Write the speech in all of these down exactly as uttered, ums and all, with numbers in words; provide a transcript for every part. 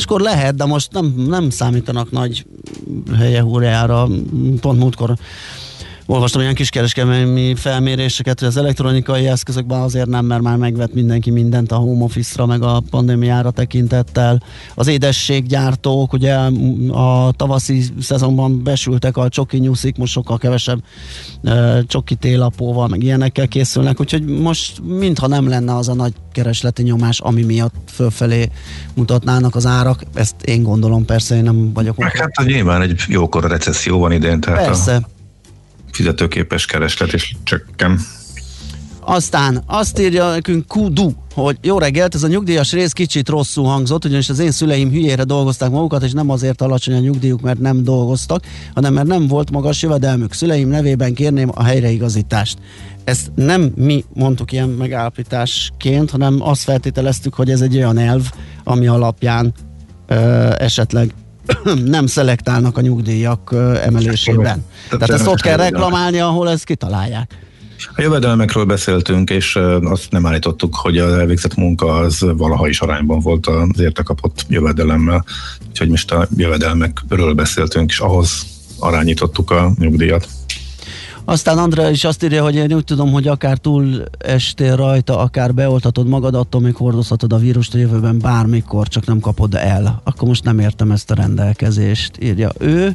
máskor lehet, de most nem, nem számítanak nagy helye húrjára. Pont múltkor olvastam ilyen kiskereskedelmi felméréseket, hogy az elektronikai eszközökben azért nem, mert már megvett mindenki mindent a home office-ra, meg a pandémiára tekintettel. Az édességgyártók, ugye a tavaszi szezonban besültek a csoki nyuszik, most sokkal kevesebb uh, csoki télapóval, meg ilyenekkel készülnek, úgyhogy most mintha nem lenne az a nagy keresleti nyomás, ami miatt fölfelé mutatnának az árak. Ezt én gondolom, persze, én nem vagyok. Meg hát nyilván egy jókora recesszió van idén, tehát persze. A fizetőképes kereslet is csökken. Aztán azt írja nekünk Kudu, hogy jó reggelt, ez a nyugdíjas rész kicsit rosszul hangzott, ugyanis az én szüleim hülyére dolgozták magukat, és nem azért alacsony a nyugdíjuk, mert nem dolgoztak, hanem mert nem volt magas jövedelmük. Szüleim nevében kérném a helyreigazítást. Ezt nem mi mondtuk ilyen megállapításként, hanem azt feltételeztük, hogy ez egy olyan elv, ami alapján ö, esetleg nem szelektálnak a nyugdíjak emelésében. Tehát ezt ott kell reklamálni, ahol ezt kitalálják. A jövedelmekről beszéltünk, és azt nem állítottuk, hogy az elvégzett munka az valaha is arányban volt az érte kapott jövedelemmel. Úgyhogy most a jövedelmekről beszéltünk, és ahhoz arányítottuk a nyugdíjat. Aztán Andrea is azt írja, hogy én úgy tudom, hogy akár túl estél rajta, akár beoltatod magad, attól még hordozhatod a vírust a jövőben bármikor, csak nem kapod el. Akkor most nem értem ezt a rendelkezést, írja ő.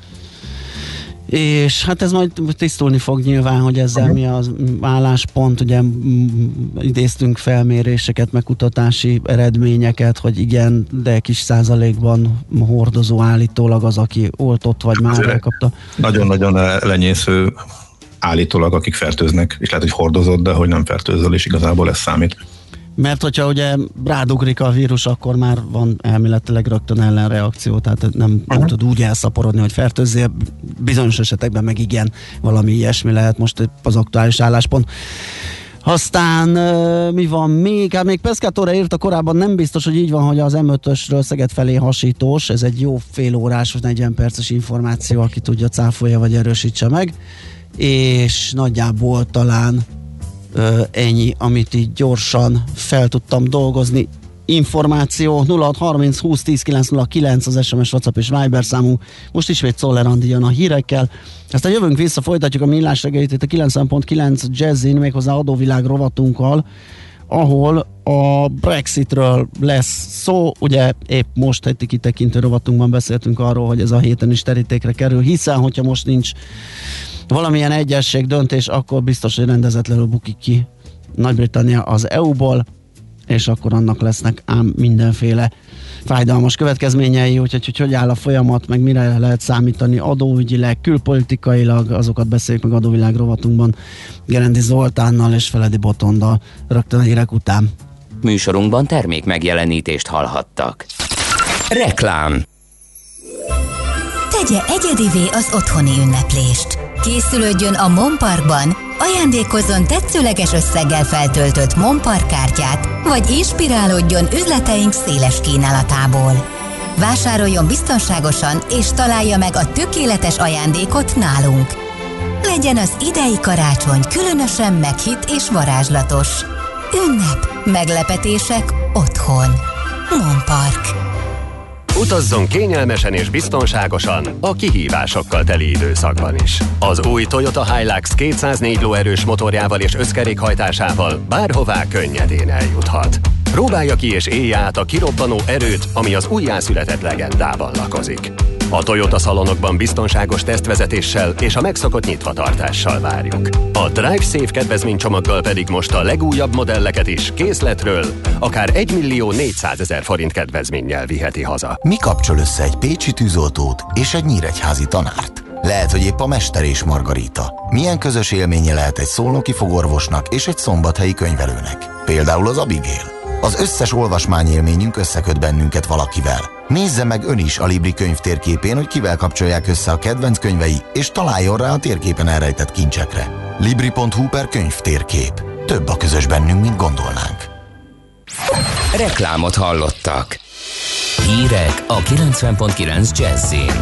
És hát ez majd tisztulni fog nyilván, hogy ezzel mi az álláspont, ugye idéztünk felméréseket, meg kutatási eredményeket, hogy igen, de kis százalékban hordozó állítólag az, aki oltott vagy már elkapta. Nagyon-nagyon lenyésző állítólag, akik fertőznek, és lehet, hogy hordozott, de hogy nem fertőzöl, és igazából ez számít. Mert hogyha ugye rádugrik a vírus, akkor már van elméletileg rögtön ellenreakció, tehát nem, nem tud úgy elszaporodni, hogy fertőzzél. Bizonyos esetekben meg igen, valami ilyesmi lehet most az aktuális álláspont. Aztán mi van még? Hát még Pescatore írta korábban, nem biztos, hogy így van, hogy az em ötösről Szeged felé hasítós, ez egy jó fél órás, vagy negyven perces információ, aki tudja, cáfolja vagy erősítse meg, és nagyjából talán Uh, ennyi, amit így gyorsan fel tudtam dolgozni. Információ nulla hat harminc húsz tíz kilenc nulla kilenc az es em es, WhatsApp és Viber számú. Most ismét Czoller Andi jön a hírekkel. Aztán jövünk vissza, folytatjuk a Millás reggelit itt a kilencven pont kilenc Jazzin, méghozzá adóvilág rovatunkkal, ahol a Brexitről lesz szó. Ugye épp most egy kitekintő rovatunkban beszéltünk arról, hogy ez a héten is terítékre kerül, hiszen hogyha most nincs valamilyen egyesség döntés, akkor biztos, hogy rendezetlenül bukik ki Nagy-Britannia az é u-ból, és akkor annak lesznek ám mindenféle fájdalmas következményei, úgyhogy hogy, hogy áll a folyamat, meg mire lehet számítani adóügyileg, külpolitikailag, azokat beszéljük meg adóvilág rovatunkban Gerendi Zoltánnal és Feledi Botondal rögtön a hírek után. Műsorunkban termék megjelenítést hallhattak. Reklám. Tegye egyedivé az otthoni ünneplést. Készülődjön a Monparkban, ajándékozzon tetszőleges összeggel feltöltött Monpark kártyát, vagy inspirálódjon üzleteink széles kínálatából. Vásároljon biztonságosan, és találja meg a tökéletes ajándékot nálunk. Legyen az idei karácsony különösen meghitt és varázslatos. Ünnep, meglepetések otthon. Monpark. Utazzon kényelmesen és biztonságosan a kihívásokkal teli időszakban is. Az új Toyota Hilux kétszáznégy lóerős motorjával és összkerékhajtásával bárhová könnyedén eljuthat. Próbálja ki és élje át a kirobbanó erőt, ami az újjászületett legendában lakozik. A Toyota szalonokban biztonságos tesztvezetéssel és a megszokott nyitvatartással várjuk. A Drive Safe kedvezménycsomaggal pedig most a legújabb modelleket is készletről akár egymillió négyszázezer forint kedvezménnyel viheti haza. Mi kapcsol össze egy pécsi tűzoltót és egy nyíregyházi tanárt? Lehet, hogy épp a Mester és Margarita. Milyen közös élménye lehet egy szolnoki fogorvosnak és egy szombathelyi könyvelőnek? Például az Abigail. Az összes olvasmányélményünk összeköt bennünket valakivel. Nézze meg ön is a Libri könyv térképén, hogy kivel kapcsolják össze a kedvenc könyvei, és találjon rá a térképen elrejtett kincsekre. libri pont hu per könyv térkép. Több a közös bennünk, mint gondolnánk. Reklámot hallottak. Hírek a kilencven pont kilenc Jazzin.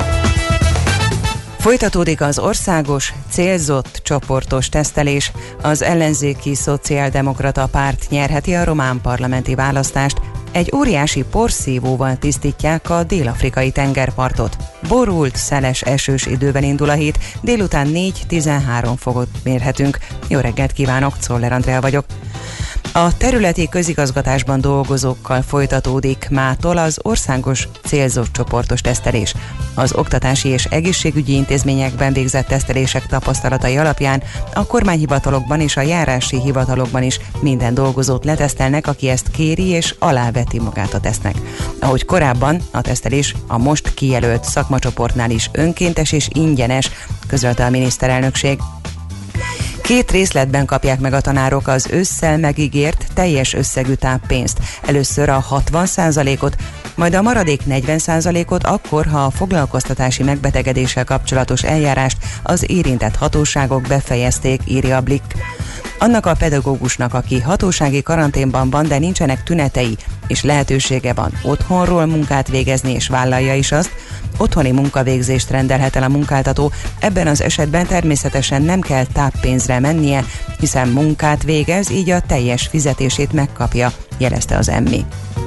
Folytatódik az országos, célzott, csoportos tesztelés. Az ellenzéki szociáldemokrata párt nyerheti a román parlamenti választást. Egy óriási porszívóval tisztítják a dél-afrikai tengerpartot. Borult, szeles, esős idővel indul a hét, délután négy-tizenhárom fokot mérhetünk. Jó reggelt kívánok, Czoller Andrea vagyok. A területi közigazgatásban dolgozókkal folytatódik mától az országos célzott csoportos tesztelés. Az oktatási és egészségügyi intézményekben végzett tesztelések tapasztalatai alapján a kormányhivatalokban és a járási hivatalokban is minden dolgozót letesztelnek, aki ezt kéri és aláveti magát a tesznek. Ahogy korábban, a tesztelés a most kijelölt szakmacsoportnál is önkéntes és ingyenes, közölte a miniszterelnökség. Két részletben kapják meg a tanárok az ősszel megígért teljes összegű táppénzt. Először a hatvan százalékot, majd a maradék negyven százalékot akkor, ha a foglalkoztatási megbetegedéssel kapcsolatos eljárást az érintett hatóságok befejezték, írja a Blick. Annak a pedagógusnak, aki hatósági karanténban van, de nincsenek tünetei, és lehetősége van otthonról munkát végezni, és vállalja is azt, otthoni munkavégzést rendelhet el a munkáltató, ebben az esetben természetesen nem kell táppénzre mennie, hiszen munkát végez, így a teljes fizetését megkapja, jelezte az em i.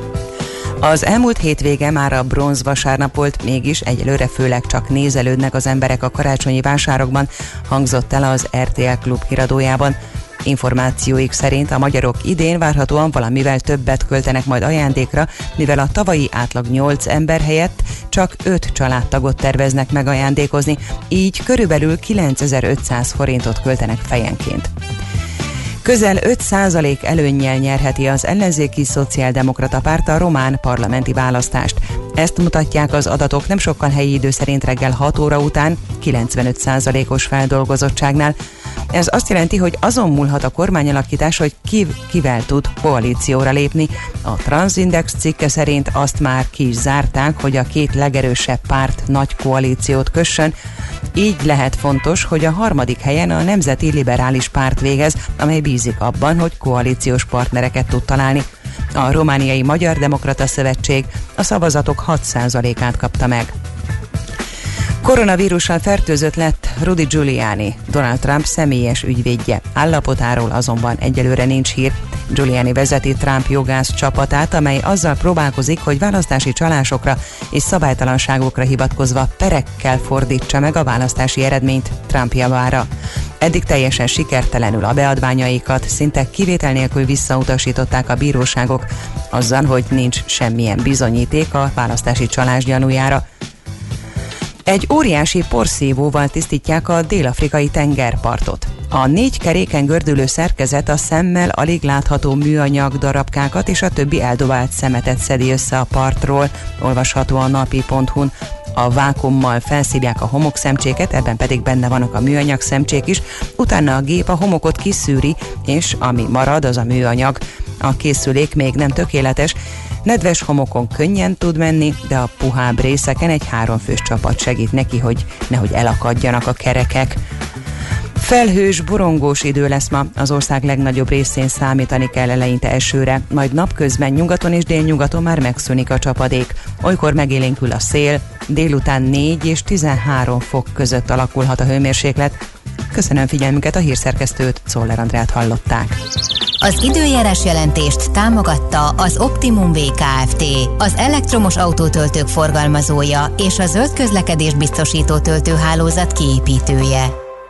Az elmúlt hétvége már a bronzvasárnap volt, mégis egyelőre főleg csak nézelődnek az emberek a karácsonyi vásárokban, hangzott el az er té el Klub híradójában. Információik szerint a magyarok idén várhatóan valamivel többet költenek majd ajándékra, mivel a tavalyi átlag nyolc ember helyett csak öt családtagot terveznek megajándékozni, így körülbelül kilencezer-ötszáz forintot költenek fejenként. Közel öt százalék előnnyel nyerheti az ellenzéki szociáldemokrata párt a román parlamenti választást. Ezt mutatják az adatok nem sokkal helyi idő szerint reggel hat óra után, kilencvenöt százalékos feldolgozottságnál. Ez azt jelenti, hogy azon múlhat a kormányalakítás, hogy ki, kivel tud koalícióra lépni. A Transindex cikke szerint azt már ki is zárták, hogy a két legerősebb párt nagy koalíciót kössön. Így lehet fontos, hogy a harmadik helyen a Nemzeti Liberális Párt végez, amely bízik abban, hogy koalíciós partnereket tud találni. A Romániai Magyar Demokrata Szövetség a szavazatok hat százalékát kapta meg. Koronavírussal fertőzött lett Rudy Giuliani, Donald Trump személyes ügyvédje. Állapotáról azonban egyelőre nincs hír. Giuliani vezeti Trump jogász csapatát, amely azzal próbálkozik, hogy választási csalásokra és szabálytalanságokra hivatkozva perekkel fordítsa meg a választási eredményt Trump javára. Eddig teljesen sikertelenül a beadványaikat szinte kivétel nélkül visszautasították a bíróságok, azzal, hogy nincs semmilyen bizonyíték a választási csalás gyanújára. Egy óriási porszívóval tisztítják a dél-afrikai tengerpartot. A négy keréken gördülő szerkezet a szemmel alig látható műanyag darabkákat és a többi eldobált szemetet szedi össze a partról, olvasható a napi pont hu-n. A vákummal felszívják a homokszemcséket, ebben pedig benne vannak a műanyag szemcsék is, utána a gép a homokot kiszűri, és ami marad, az a műanyag. A készülék még nem tökéletes, nedves homokon könnyen tud menni, de a puhább részeken egy háromfős csapat segít neki, hogy nehogy elakadjanak a kerekek. Felhős, borongós idő lesz ma, az ország legnagyobb részén számítani kell eleinte esőre, majd napközben nyugaton és délnyugaton már megszűnik a csapadék. Olykor megélénkül a szél, délután négy és tizenhárom fok között alakulhat a hőmérséklet. Köszönöm figyelmüket, a hírszerkesztőt, Czoller Andrát hallották. Az időjárás jelentést támogatta az Optimum vé Kft., az elektromos autótöltők forgalmazója és a zöld közlekedés biztosító töltőhálózat kiépítője.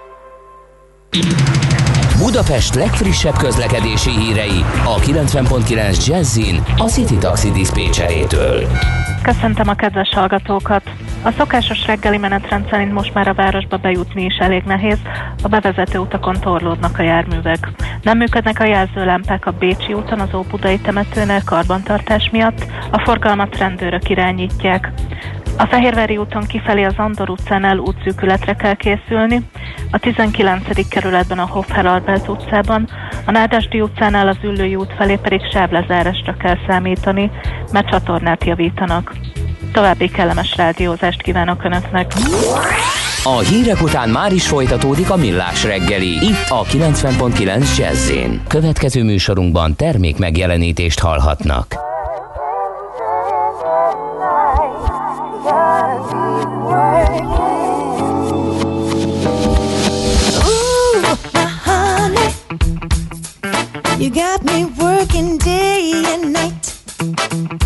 Budapest legfrissebb közlekedési hírei a kilencven pont kilenc Jazzin a City Taxi diszpécserétől. Köszöntöm a kedves hallgatókat! A szokásos reggeli menetrend szerint most már a városba bejutni is elég nehéz, a bevezető utakon torlódnak a járművek. Nem működnek a jelzőlámpák a Bécsi úton, az Óbudai temetőnél karbantartás miatt, a forgalmat rendőrök irányítják. A Fehérvári úton kifelé az Andor utcánál útszűkületre kell készülni, a tizenkilencedik kerületben a Hoff-Albert utcában, a Nádasdy utcánál az Üllői út felé pedig sávlezárásra kell számítani, mert csatornát javítanak. További kellemes rádiózást kívánok Önöknek! A hírek után már is folytatódik a Millás reggeli, itt a kilencven pont kilenc Jazz-én. Következő műsorunkban termék megjelenítést hallhatnak. You got me working day and night.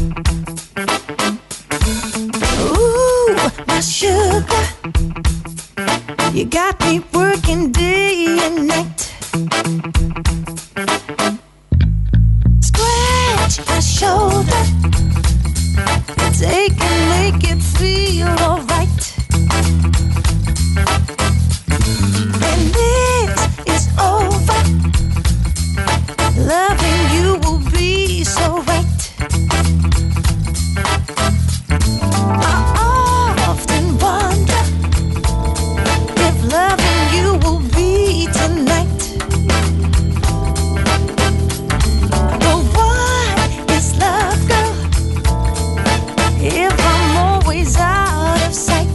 sugar. You got me working day and night. Scratch my shoulder. Take and make it feel alright. When this is over, loving you will be so right. I often wonder if loving you will be tonight. But what is love, girl, if I'm always out of sight?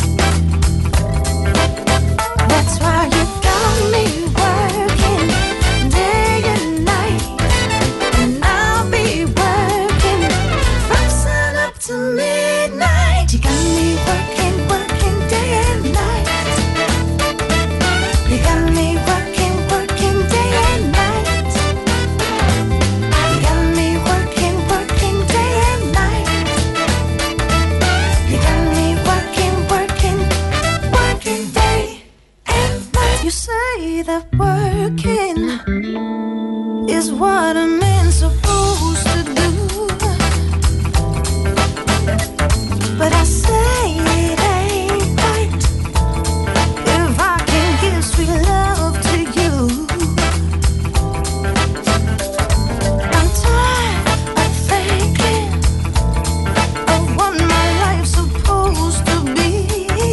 That's why you got me working day and night, and I'll be working from sun up to midnight. You got me working, working day and night. You got me working, working day and night. You got me working, working day and night. You got me working, working, working day and night. You say that working is what a man's supposed to do, but I say it ain't right if I can give sweet love to you. I'm tired of thinking of what my life's supposed to be.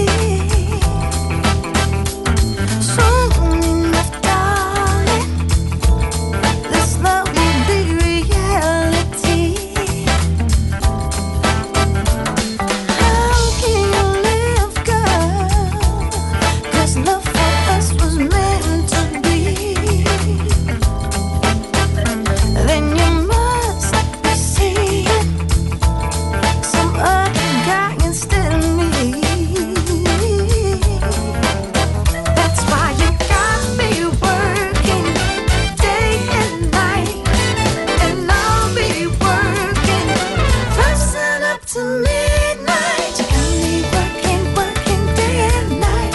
Soon enough, darling, this love will be reality. How can you live, girl? 'Cause love for us was meant to be. Then you must be seeing some other guy instead of me. That's why you got me working day and night, and I'll be working from sun up to midnight. You got me working, working day and night.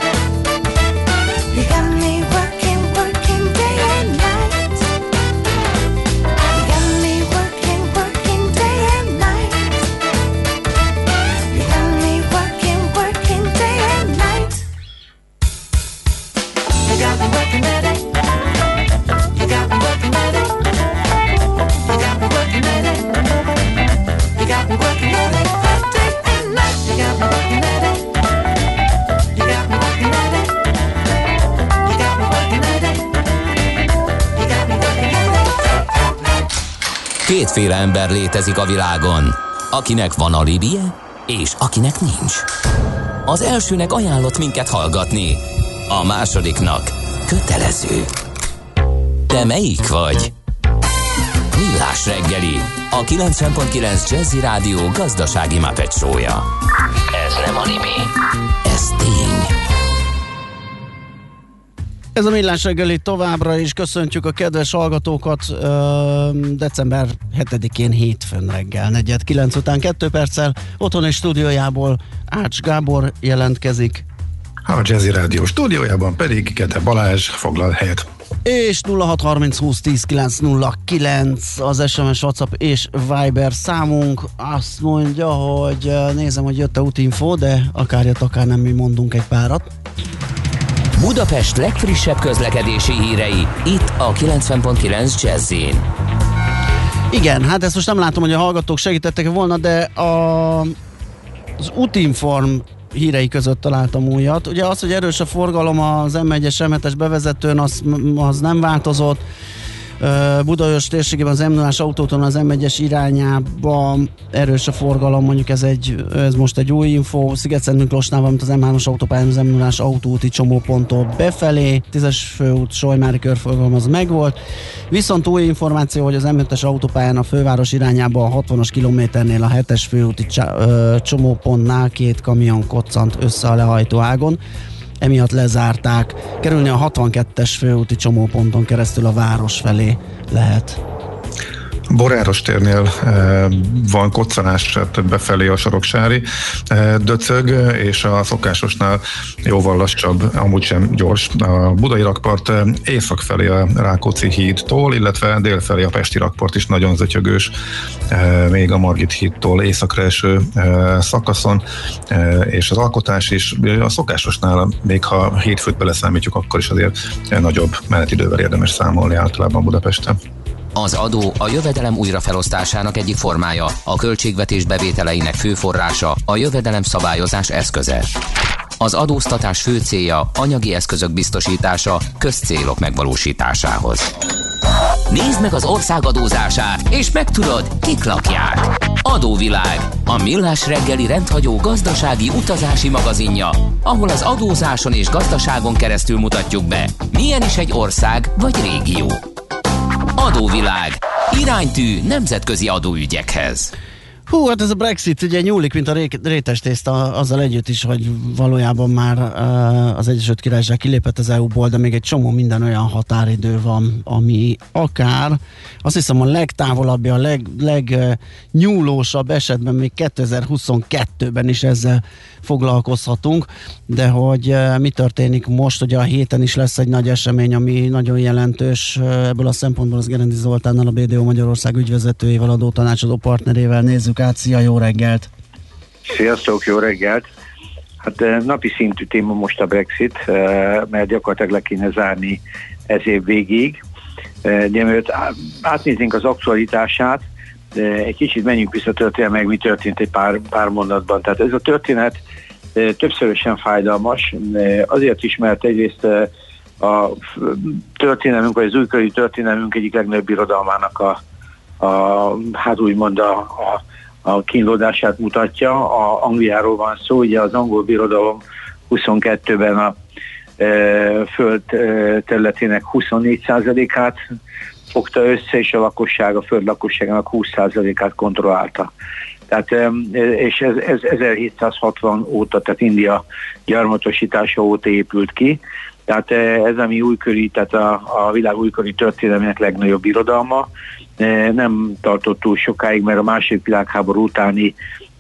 You got me working, working day and night. You got me working, working day and night. You got me working, working day and night. You got me working at it. You got me working at it. You got me working at it. You got me working at it. Day and night. You got me working at it. You got me working at it. You got me working at it. You got me working at it. Kétféle ember létezik a világon, akinek van alibije, és akinek nincs. Az elsőnek ajánlott minket hallgatni, a másodiknak kötelező. Te melyik vagy? Millás reggeli, a kilencven pont kilenc Jazzy Rádió gazdasági Muppet show-ja. Ez nem anime, ez tény. Ez a Millás reggeli továbbra is, köszöntjük a kedves hallgatókat. Ö, december hetedikén hétfőn reggel, negyed kilenc után kettő perccel, otthoni stúdiójából Ács Gábor jelentkezik. A Jazzy Rádió stúdiójában pedig Kete Balázs foglal helyet. És nulla hat harminc húsz tíz kilenc nulla kilenc az es em es, WhatsApp és Viber számunk. Azt mondja, hogy nézem, hogy jött a útinfo, de akár jött, akár nem, mi mondunk egy párat. Budapest legfrissebb közlekedési hírei, itt a kilencven pont kilenc Jazzyn. Igen, hát ezt most nem látom, hogy a hallgatók segítettek volna, de a, az Útinform hírei között találtam újat. Ugye az, hogy erős a forgalom az em egyes em hetes bevezetőn, az, az nem változott. Budaörs térségében az em nullás autóton az em egyes irányába erős a forgalom, mondjuk ez, egy, ez most egy új info. Sziget-Szent Miklósnál, valamint az em hármas autópályán az em nullás autóúti csomóponttól befelé, tízes főút Solymári körforgalom az megvolt. Viszont új információ, hogy az em ötös autópályán a főváros irányába a hatvanas kilométernél a hetes főúti csomópontnál két kamion koccant össze a lehajtóágon. Emiatt lezárták. Kerülni a hatvankettes főúti csomóponton keresztül a város felé lehet. Boráros térnél e, van koccanás, tehát befelé a Soroksári e, döcög, és a szokásosnál jóval lassabb, amúgy sem gyors. A Budai rakpart e, észak felé a Rákóczi hídtól, illetve dél felé a Pesti rakpart is nagyon zötyögős, e, még a Margit hídtól északra eső e, szakaszon, e, és az alkotás is a szokásosnál, még ha hétfőt beleszámítjuk, akkor is azért e, nagyobb menetidővel érdemes számolni általában Budapesten. Az adó a jövedelem újrafelosztásának egyik formája, a költségvetés bevételeinek fő forrása, a jövedelem szabályozás eszköze. Az adóztatás fő célja anyagi eszközök biztosítása közcélok megvalósításához. Nézd meg az ország adózását, és megtudod, kik lakják. Adóvilág, a millás reggeli rendhagyó gazdasági utazási magazinja, ahol az adózáson és gazdaságon keresztül mutatjuk be, milyen is egy ország vagy régió. Adóvilág. Iránytű nemzetközi adóügyekhez. Hú, hát ez a Brexit ugye nyúlik, mint a ré- rétes tészta, azzal együtt is, hogy valójában már uh, az Egyesült Királyság kilépett az é u-ból, de még egy csomó minden olyan határidő van, ami akár, azt hiszem a legtávolabbi, a leg, legnyúlósabb esetben még kétezer-huszonkettőben is ezzel foglalkozhatunk, de hogy uh, mi történik most, ugye a héten is lesz egy nagy esemény, ami nagyon jelentős uh, ebből a szempontból, az Gerendi Zoltánnal, a bé dé o Magyarország ügyvezetőjével, adótanácsadó partnerével nézzük át. Szia, jó reggelt! Sziasztok, jó reggelt! Hát napi szintű téma most a Brexit, mert gyakorlatilag le kéne zárni ez év végig. De mielőtt átnéznénk az aktualitását, egy kicsit menjünk vissza történelme, meg mi történt egy pár, pár mondatban. Tehát ez a történet többszörösen fájdalmas, azért is, mert egyrészt a történelmünk, vagy az újkori történelmünk egyik legnagyobb birodalmának a, a hát úgymond a, a a kínlódását mutatja. A Angliáról van szó, ugye az angol birodalom huszonkettőben a e, föld e, területének huszonnégy százalékát fogta össze, és a lakosság, a föld lakosságának húsz százalékát kontrollálta. Tehát, e, és ez, ez ezerhétszázhatvan óta, tehát India gyarmatosítása óta épült ki. Tehát ez, ami újkori, tehát a, a világ újkori történelmének legnagyobb birodalma, nem tartott túl sokáig, mert a második világháború utáni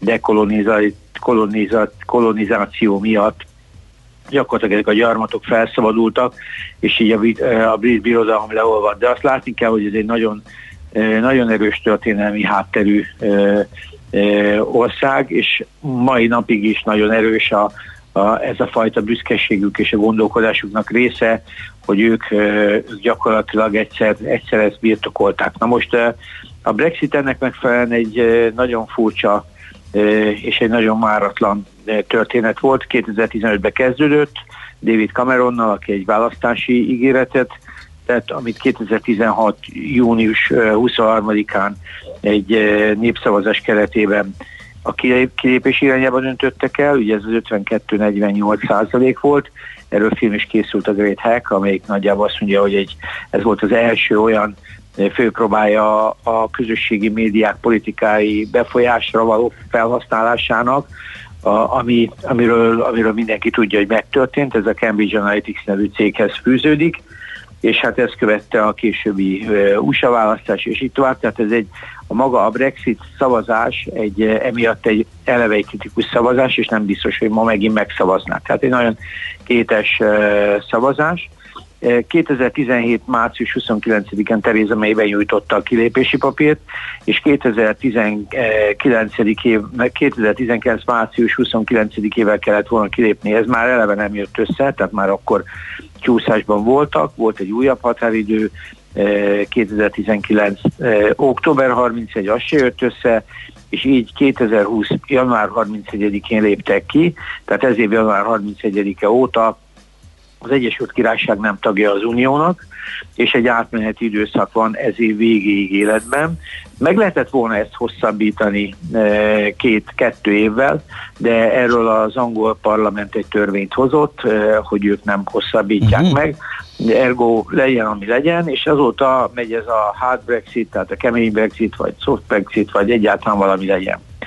dekolonizáció miatt gyakorlatilag ezek a gyarmatok felszabadultak, és így a, a brit birodalom leolvadt. De azt látni kell, hogy ez egy nagyon, nagyon erős történelmi hátterű ország, és mai napig is nagyon erős a, a, ez a fajta büszkeségük és a gondolkodásuknak része, hogy ők, ők gyakorlatilag egyszer, egyszer ezt birtokolták. Na most a Brexit ennek megfelelően egy nagyon furcsa és egy nagyon máratlan történet volt. kétezer-tizenötben kezdődött David Cameronnal, aki egy választási ígéretet tett, amit kétezer-tizenhat június huszonharmadikán egy népszavazás keretében a kilépés irányában döntöttek el, ugye ez az ötvenkettő negyvennyolc százalék volt. Erről film is készült, a Great Hack, amelyik nagyjából azt mondja, hogy egy, ez volt az első olyan főpróbája a közösségi médiák politikai befolyásra való felhasználásának, a, ami, amiről, amiről mindenki tudja, hogy megtörtént. Ez a Cambridge Analytica nevű céghez fűződik, és hát ezt követte a későbbi u es á választás, és itt tovább. Tehát ez egy, a maga a Brexit szavazás egy, emiatt egy eleve egy kritikus szavazás, és nem biztos, hogy ma megint megszavaznak. Tehát egy nagyon kétes szavazás. kétezer-tizenhét március huszonkilencedikén Theresa May benyújtotta a kilépési papírt, és kétezer-tizenkilenc március huszonkilencedikével kellett volna kilépni. Ez már eleve nem jött össze, tehát már akkor csúszásban voltak, volt egy újabb határidő, kétezer-tizenkilenc október harmincegyedike, az se jött össze, és így kétezer-húsz január harmincegyedikén léptek ki, tehát ez év január harmincegyedike óta az Egyesült Királyság nem tagja az Uniónak, és egy átmeneti időszak van ez év végéig életben. Meg lehetett volna ezt hosszabbítani két-kettő évvel, de erről az angol parlament egy törvényt hozott, hogy ők nem hosszabbítják uh-huh. meg, ergo legyen, ami legyen, és azóta megy ez a hard Brexit, tehát a kemény Brexit, vagy soft Brexit, vagy egyáltalán valami legyen.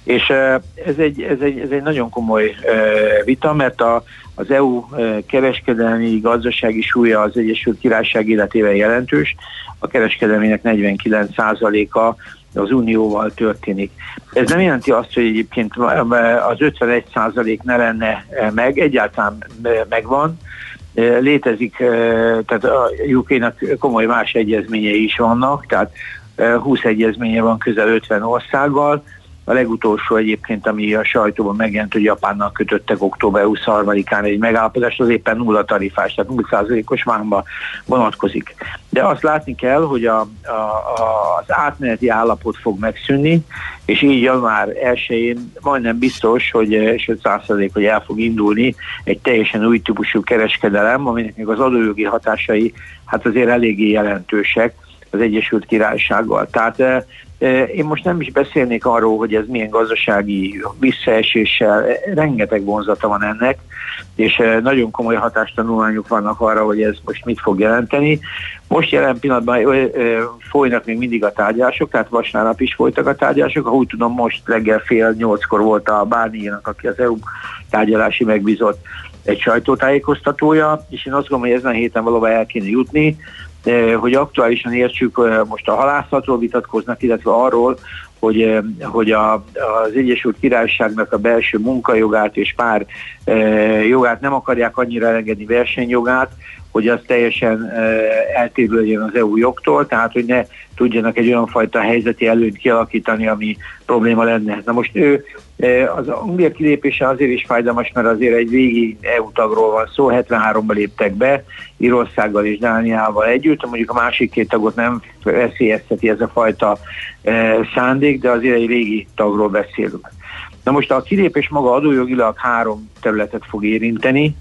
És ez egy, ez egy, ez egy nagyon komoly vita, mert a, az é u kereskedelmi gazdasági súlya az Egyesült Királyság életével jelentős, a kereskedelmének negyvenkilenc százaléka az Unióval történik. Ez nem jelenti azt, hogy egyébként az ötvenegy százalék ne lenne meg, egyáltalán megvan. Létezik, tehát a U K-nak komoly más egyezményei is vannak, tehát húsz egyezménye van közel ötven országgal. A legutolsó egyébként, ami a sajtóban megjelent, hogy Japánnal kötöttek október huszonharmadikán egy megállapodást, az éppen nulla tarifás, tehát nulla százalékos vámba vonatkozik. De azt látni kell, hogy a, a, a, az átmeneti állapot fog megszűnni, és így január elsején majdnem biztos, hogy öt százalék, hogy el fog indulni egy teljesen új típusú kereskedelem, aminek az adójogi hatásai hát azért eléggé jelentősek az Egyesült Királysággal. Tehát én most nem is beszélnék arról, hogy ez milyen gazdasági visszaeséssel, rengeteg vonzata van ennek, és nagyon komoly hatástanulmányok vannak arra, hogy ez most mit fog jelenteni. Most jelen pillanatban folynak még mindig a tárgyalások, tehát vasárnap is folytak a tárgyalások, ahogy tudom, most reggel fél nyolckor volt a Barnier-nak, aki az é u tárgyalási megbízott, egy sajtótájékoztatója, és én azt gondolom, hogy ezen a héten valóban el kéne jutni, hogy aktuálisan értsük, most a halászatról vitatkoznak, illetve arról, hogy, hogy a, az Egyesült Királyságnak a belső munkajogát és pár e, jogát nem akarják annyira elengedni, versenyjogát, hogy az teljesen e, eltérő legyen az é u jogtól, tehát hogy ne tudjanak egy olyan fajta helyzeti előnyt kialakítani, ami probléma lenne. Na most ő, e, az Anglia kilépése azért is fájdalmas, mert azért egy régi é u tagról van szó, hetvenháromban léptek be, Írországgal és Dániával együtt, mondjuk a másik két tagot nem veszélyezteti ez a fajta e, szándék, de azért egy régi tagról beszélünk. Na most a kilépés maga adójogilag három területet fog érinteni,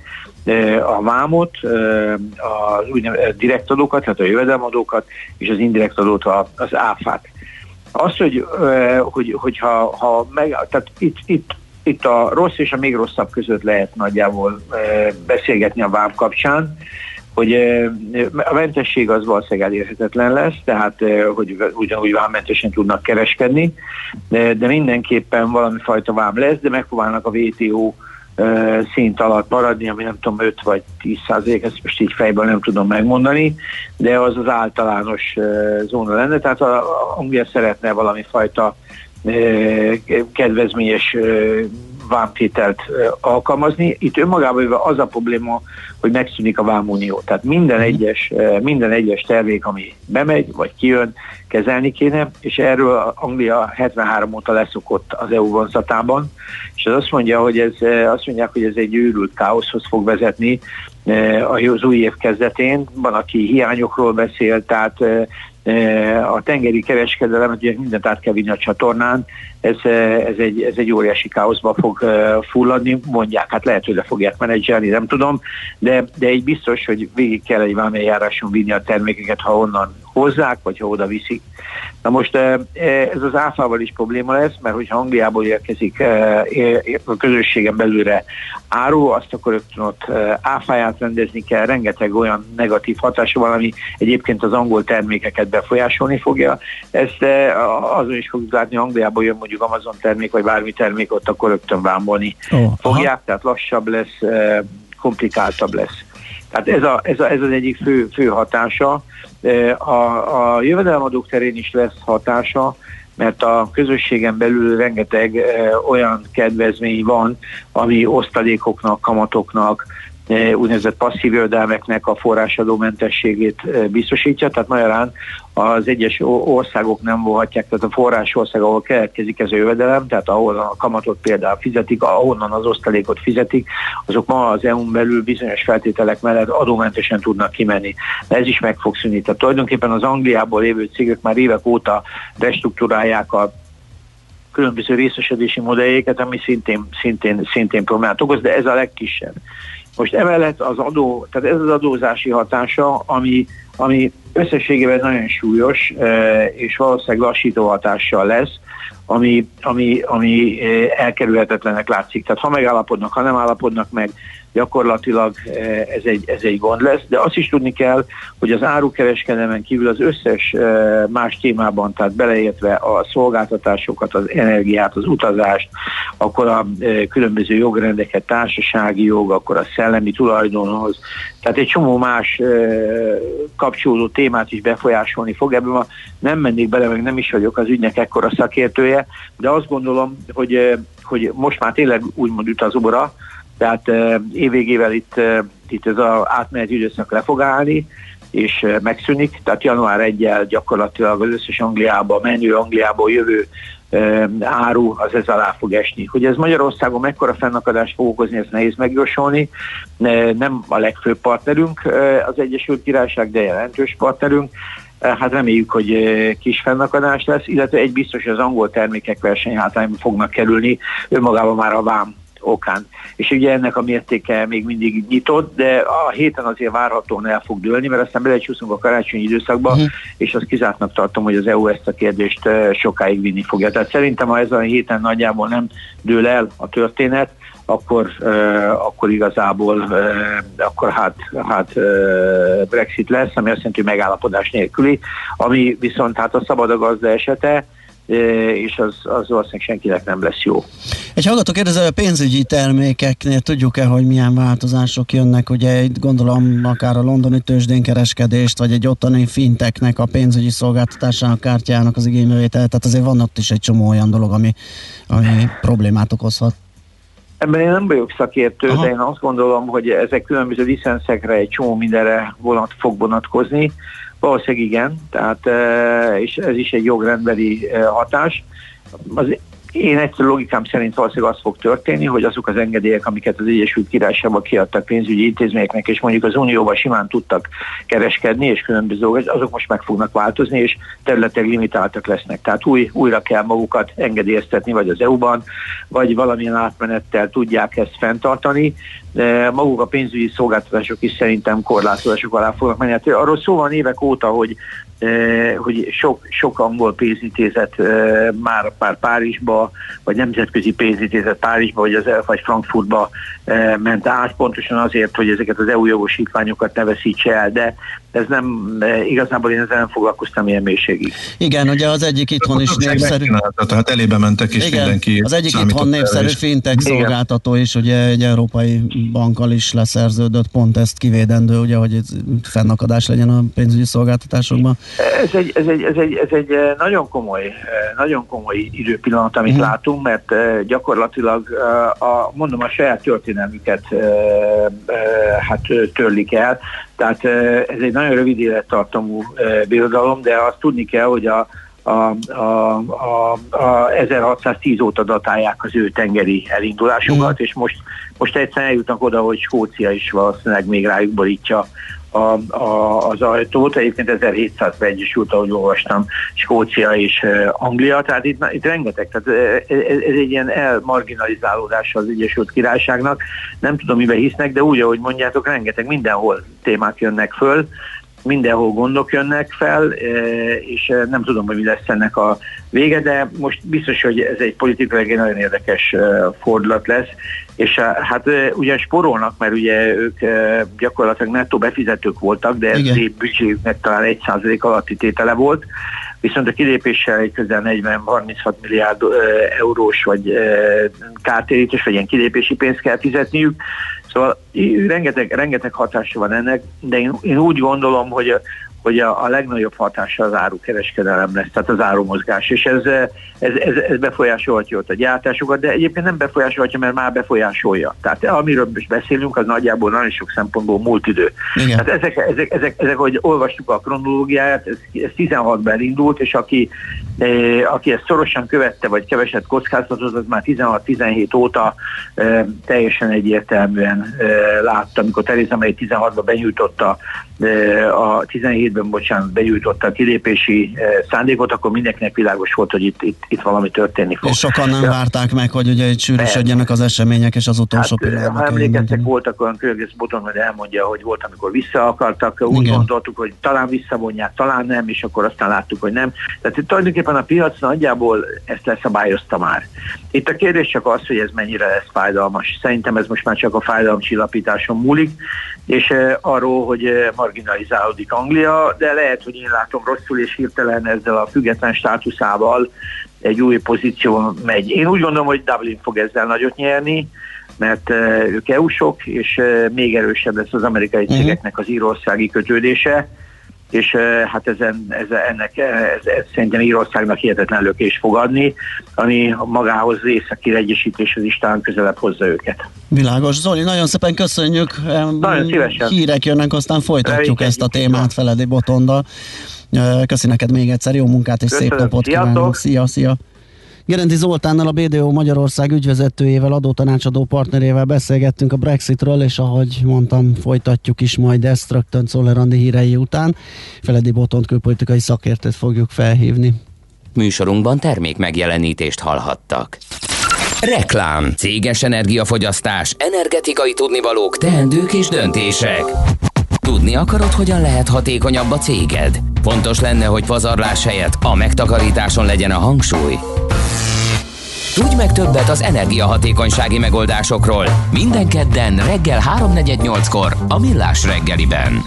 a vámot, az úgynevezett direkt adókat, tehát a jövedelmadókat, és az indirekt adót, az áfát. Az, hogy, hogy, hogyha ha meg, tehát itt, itt, itt a rossz és a még rosszabb között lehet nagyjából beszélgetni a vám kapcsán, hogy a mentesség az valószínűleg elérhetetlen lesz, tehát hogy ugyanúgy vámmentesen tudnak kereskedni, de, de mindenképpen valami fajta vám lesz, de megpróbálnak a vé té ó szint alatt maradni, ami nem tudom öt vagy tíz százalék, ezt most így fejben nem tudom megmondani, de az az általános zóna lenne, tehát a Anglia szeretne valami fajta kedvezményes vámtételt alkalmazni. Itt önmagában az a probléma, hogy megszűnik a vámunió. Tehát minden egyes, minden egyes termék, ami bemegy, vagy kijön, kezelni kéne, és erről Anglia hetvenhárom óta leszokott az é u vonzatában, és az azt mondja, hogy ez, azt mondják, hogy ez egy őrült káoszhoz fog vezetni az új év kezdetén. Van, aki hiányokról beszél, tehát a tengeri kereskedelem, ugye mindent át kell vinni a csatornán, ez, ez, egy, ez egy óriási káoszba fog fulladni, mondják, hát lehet, hogy le fogják menedzselni, nem tudom, de, de egy biztos, hogy végig kell egy vámeljáráson vinni a termékeket, ha onnan hozzák, vagy ha oda viszik. Na most ez az áfával is probléma lesz, mert hogyha Angliából érkezik a közösségen belülre áru, azt akkor rögtön ott áfáját rendezni kell, rengeteg olyan negatív hatása van, ami egyébként az angol termékeket befolyásolni fogja. Ezt azon is fogjuk látni, Angliából jön mondjuk Amazon termék, vagy bármi termék, ott akkor rögtön vámolni oh, fogják, aha. Tehát lassabb lesz, komplikáltabb lesz. Tehát ez, a, ez, a, ez az egyik fő, fő hatása. A, a jövedelemadók terén is lesz hatása, mert a közösségen belül rengeteg olyan kedvezmény van, ami osztalékoknak, kamatoknak, úgynevezett passzív jövedelmeknek a forrásadómentességét biztosítja, tehát magyarán az egyes országok nem volhatják, tehát a forrás ország, ahol keletkezik ez a jövedelem, tehát ahol a kamatot például fizetik, ahonnan az osztalékot fizetik, azok ma az é u-n belül bizonyos feltételek mellett adómentesen tudnak kimenni. De ez is meg fog szűnni. Tehát tulajdonképpen az Angliából lévő cégek már évek óta restruktúrálják a különböző részesedési modelljéket, ami szintén, szintén, szintén problémát okoz, de ez a legkisebb. Most emellett az adó, tehát ez az adózási hatása, ami, ami összességében nagyon súlyos, és valószínűleg lassító hatással lesz, ami, ami, ami elkerülhetetlenek látszik. Tehát ha megállapodnak, ha nem állapodnak meg, gyakorlatilag ez egy, ez egy gond lesz, de azt is tudni kell, hogy az árukereskedelmen kívül az összes más témában, tehát beleértve a szolgáltatásokat, az energiát, az utazást, akkor a különböző jogrendeket, társasági jog, akkor a szellemi tulajdonhoz, tehát egy csomó más kapcsolódó témát is befolyásolni fog. Ebben ma nem mennék bele, meg nem is vagyok az ügynek ekkora szakértője, de azt gondolom, hogy, hogy most már tényleg úgymond üt az óra, tehát évvégével itt, itt ez az átmeneti időszak le fog állni, és megszűnik, tehát január elsejétől gyakorlatilag az összes Angliába, menő Angliából jövő áru az ez alá fog esni. Hogy ez Magyarországon mekkora fennakadást fog okozni, ezt nehéz megjósolni. Nem a legfőbb partnerünk az Egyesült Királyság, de jelentős partnerünk. Hát reméljük, hogy kis fennakadás lesz, illetve egy biztos, hogy az angol termékek versenyhátrányba fognak kerülni, önmagában már a vám okán. És ugye ennek a mértéke még mindig nyitott, de a héten azért várhatóan el fog dőlni, mert aztán belecsúszunk a karácsonyi időszakba, uh-huh. és azt kizártnak tartom, hogy az é u ezt a kérdést sokáig vinni fogja. Tehát szerintem, ha ezen a héten nagyjából nem dől el a történet, akkor, uh, akkor igazából uh, akkor hát, hát uh, Brexit lesz, ami azt jelenti, hogy megállapodás nélküli, ami viszont hát a szabad a gazda esete, és az, az valószínűleg senkinek nem lesz jó. Egy hallgató kérdező, a pénzügyi termékeknél tudjuk-e, hogy milyen változások jönnek? Ugye itt gondolom akár a londoni tőzsdén kereskedést, vagy egy ottani finteknek a pénzügyi szolgáltatásának, kártyának az igénybevétel, tehát azért van ott is egy csomó olyan dolog, ami, ami problémát okozhat. Ebben én nem vagyok szakértő, Aha. de én azt gondolom, hogy ezek különböző licenszekre egy csomó mindenre vonat fog vonatkozni. Valószínűleg igen, tehát, és ez is egy jogrendbeli hatás. Az én egyszerű logikám szerint valószínűleg az fog történni, hogy azok az engedélyek, amiket az Egyesült Királyságban kiadtak pénzügyi intézményeknek, és mondjuk az Unióban simán tudtak kereskedni, és különböző, azok most meg fognak változni, és területek limitáltak lesznek. Tehát új, újra kell magukat engedélyeztetni, vagy az é u-ban, vagy valamilyen átmenettel tudják ezt fenntartani. De maguk a pénzügyi szolgáltatások is szerintem korlátozások alá fognak menni. Hát arról szó van évek óta, hogy hogy sok, sok angol pénzintézet már, már Párizsba, vagy nemzetközi pénzintézet Párizsba, vagy, az, vagy Frankfurtba ment át, pontosan azért, hogy ezeket az é u jogosítványokat ne veszítse el, de ez nem, igazából én ezzel nem foglalkoztam ilyen mélységig. Igen, ugye az egyik itthon is népszerű. Tehát elébe mentek, és igen, mindenki az egyik itthon népszerű fintech szolgáltató is, ugye egy európai bankkal is leszerződött, pont ezt kivédendő, ugye, hogy fennakadás legyen a pénzügyi szolgáltatásokban. Ez egy, ez egy, ez egy, ez egy nagyon komoly, nagyon komoly időpillanat, amit uh-huh. látunk, mert gyakorlatilag a, mondom, a saját történelmüket hát törlik el. Tehát ez egy nagyon rövid élettartamú birodalom, de azt tudni kell, hogy a, a, a, a, a ezerhatszáztíz óta datálják az ő tengeri elindulásokat, mm. és most, most egyszerűen eljutnak oda, hogy Skócia is valószínűleg még rájuk borítja A, a, az ajtót. Egyébként ezerhétszázban egyesült, ahogy olvastam, Skócia és Anglia, tehát itt, itt rengeteg, tehát ez, ez egy ilyen elmarginalizálódása az Egyesült Királyságnak. Nem tudom, miben hisznek, de úgy, ahogy mondjátok, rengeteg, mindenhol témák jönnek föl, mindenhol gondok jönnek fel, és nem tudom, hogy mi lesz ennek a vége, de most biztos, hogy ez egy politikailag egy nagyon érdekes fordulat lesz, és hát ugye sporolnak, mert ugye ők gyakorlatilag nettó befizetők voltak, de ez év büdzséjüknek talán egy százalék alatti tétele volt, viszont a kilépéssel egy közel negyven-harminchat milliárd eurós vagy kártérítés, vagy ilyen kilépési pénzt kell fizetniük. Szóval rengeteg, rengeteg hatása van ennek, de én, én úgy gondolom, hogy, hogy a, a legnagyobb hatása az árukereskedelem lesz, tehát az árumozgás, és ez, ez, ez, ez befolyásolhatja ott a gyártásokat, de egyébként nem befolyásolhatja, mert már befolyásolja. Tehát amiről most beszélünk, az nagyjából nagyon sok szempontból múlt idő. Tehát ezek, ezek, ezek, ezek, hogy olvastuk a kronológiáját, ez, ez tizenhatban elindult, és aki, eh, aki ezt szorosan követte, vagy keveset kockáztatott, az már tizenhat-tizenhét óta eh, teljesen egyértelműen eh, látta, amikor Theresa May tizenhatban benyújtotta eh, a tizenhét Madridban, bocsánat, begyújtotta a kilépési szándékot, akkor mindenkinek világos volt, hogy itt, itt, itt valami történni fog. És sokan nem ja. várták meg, hogy ugye itt sűrűsödjenek az események, és az utolsó hát, pillanatban. Ha emlékeztek, voltak olyan körgesz boton, hogy elmondja, hogy volt, amikor vissza akartak, úgy igen. gondoltuk, hogy talán visszavonják, talán nem, és akkor aztán láttuk, hogy nem. Tehát tulajdonképpen a piac nagyjából ezt leszabályozta már. Itt a kérdés csak az, hogy ez mennyire lesz fájdalmas. Szerintem ez most már csak a fájdalomcsillapításon múlik, és eh, arról, hogy eh, marginalizálódik Anglia, de lehet, hogy én látom rosszul, és hirtelen ezzel a független státuszával egy új pozíció megy. Én úgy gondolom, hogy Dublin fog ezzel nagyot nyerni, mert uh, ők é u-sok, és uh, még erősebb lesz az amerikai uh-huh. cégeknek az írországi kötődése, és uh, hát ezen, ezen, ennek ez, ez szerintem Írországnak hihetetlen lökést fog adni, ami magához északi egyesítéshez is talán közelebb hozza őket. Világos. Zoli, nagyon szépen köszönjük. Nagyon szívesen. Hírek jönnek, aztán folytatjuk Remény, ezt a témát Feledi Botondal. Köszi neked még egyszer, jó munkát és köszönöm. Szép napot kívánok. Szia, szia. Gerendi Zoltánnal, a bé dé o Magyarország ügyvezetőjével, adótanácsadó partnerével beszélgettünk a Brexitről, és ahogy mondtam, folytatjuk is majd ezt rögtön Czoller Andi hírei után. Feledi Botont külpolitikai szakértőt fogjuk felhívni. Műsorunkban termék megjelenítést hallhattak. Reklám, céges energiafogyasztás, energetikai tudnivalók, teendők és döntések. Tudni akarod, hogyan lehet hatékonyabb a céged? Fontos lenne, hogy pazarlás helyett a megtakarításon legyen a hangsúly. Tudj meg többet az energiahatékonysági megoldásokról minden kedden reggel háromnegyednyolckor a Millás reggeliben.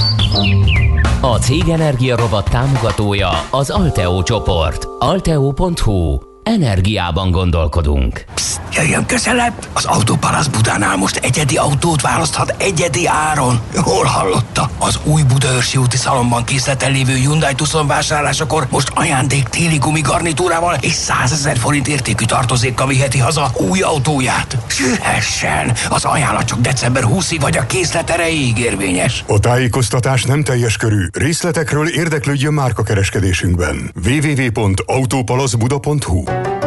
A Cég Energia rovat támogatója az Alteo csoport. alteo pont hu. Energiában gondolkodunk. Psst, jöjjön közelebb! Az Autópalasz Budánál most egyedi autót választhat egyedi áron. Hol hallotta? Az új Budaörsi úti szalomban készleten lévő Hyundai Tucson vásárlásakor most ajándék téli gumigarnitúrával és százezer forint értékű tartozékkal viheti haza új autóját. Sühessen! Az ajánlat csak december huszadikáig vagy a készlet erejéig érvényes. A tájékoztatás nem teljes körű. Részletekről érdeklődjön márkakereskedésünkben. double-u double-u double-u pont autopalaszbuda pont hu.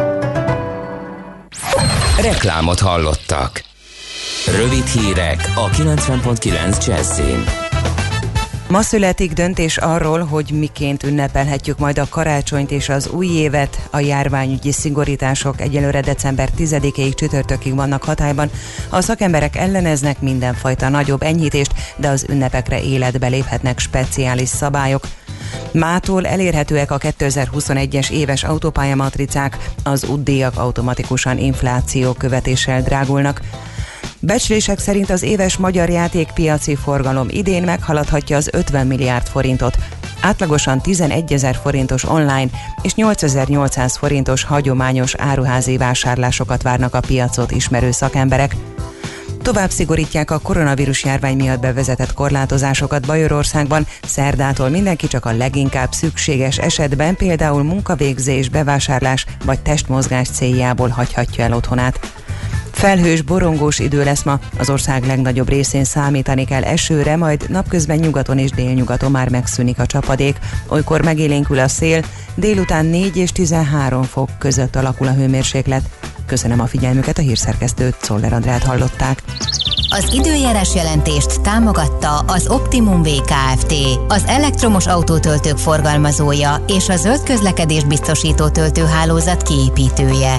Reklámot hallottak. Rövid hírek a kilencven pont kilenc Jazzin. Ma születik döntés arról, hogy miként ünnepelhetjük majd a karácsonyt és az új évet. A járványügyi szigorítások egyelőre december tizedikéig csütörtökig vannak hatályban. A szakemberek elleneznek mindenfajta nagyobb enyhítést, de az ünnepekre életbe léphetnek speciális szabályok. Mától elérhetőek a kétezer-huszonegyes éves autópályamatricák, az útdíjak automatikusan infláció követéssel drágulnak. Becslések szerint az éves magyar játékpiaci forgalom idén meghaladhatja az ötven milliárd forintot. Átlagosan tizenegyezer forintos online és nyolcezer-nyolcszáz forintos hagyományos áruházi vásárlásokat várnak a piacot ismerő szakemberek. Tovább szigorítják a koronavírus járvány miatt bevezetett korlátozásokat Bajorországban. Szerdától mindenki csak a leginkább szükséges esetben, például munkavégzés, bevásárlás vagy testmozgás céljából hagyhatja el otthonát. Felhős, borongós idő lesz ma, az ország legnagyobb részén számítani kell esőre, majd napközben nyugaton és délnyugaton már megszűnik a csapadék. Olykor megélénkül a szél, délután négy és tizenhárom fok között alakul a hőmérséklet. Köszönöm a figyelmüket, a hírszerkesztőt, Czoller Andrát hallották. Az időjárás jelentést támogatta az Optimum vé Kft., az elektromos autótöltők forgalmazója és a zöld közlekedés biztosító töltőhálózat kiépítője.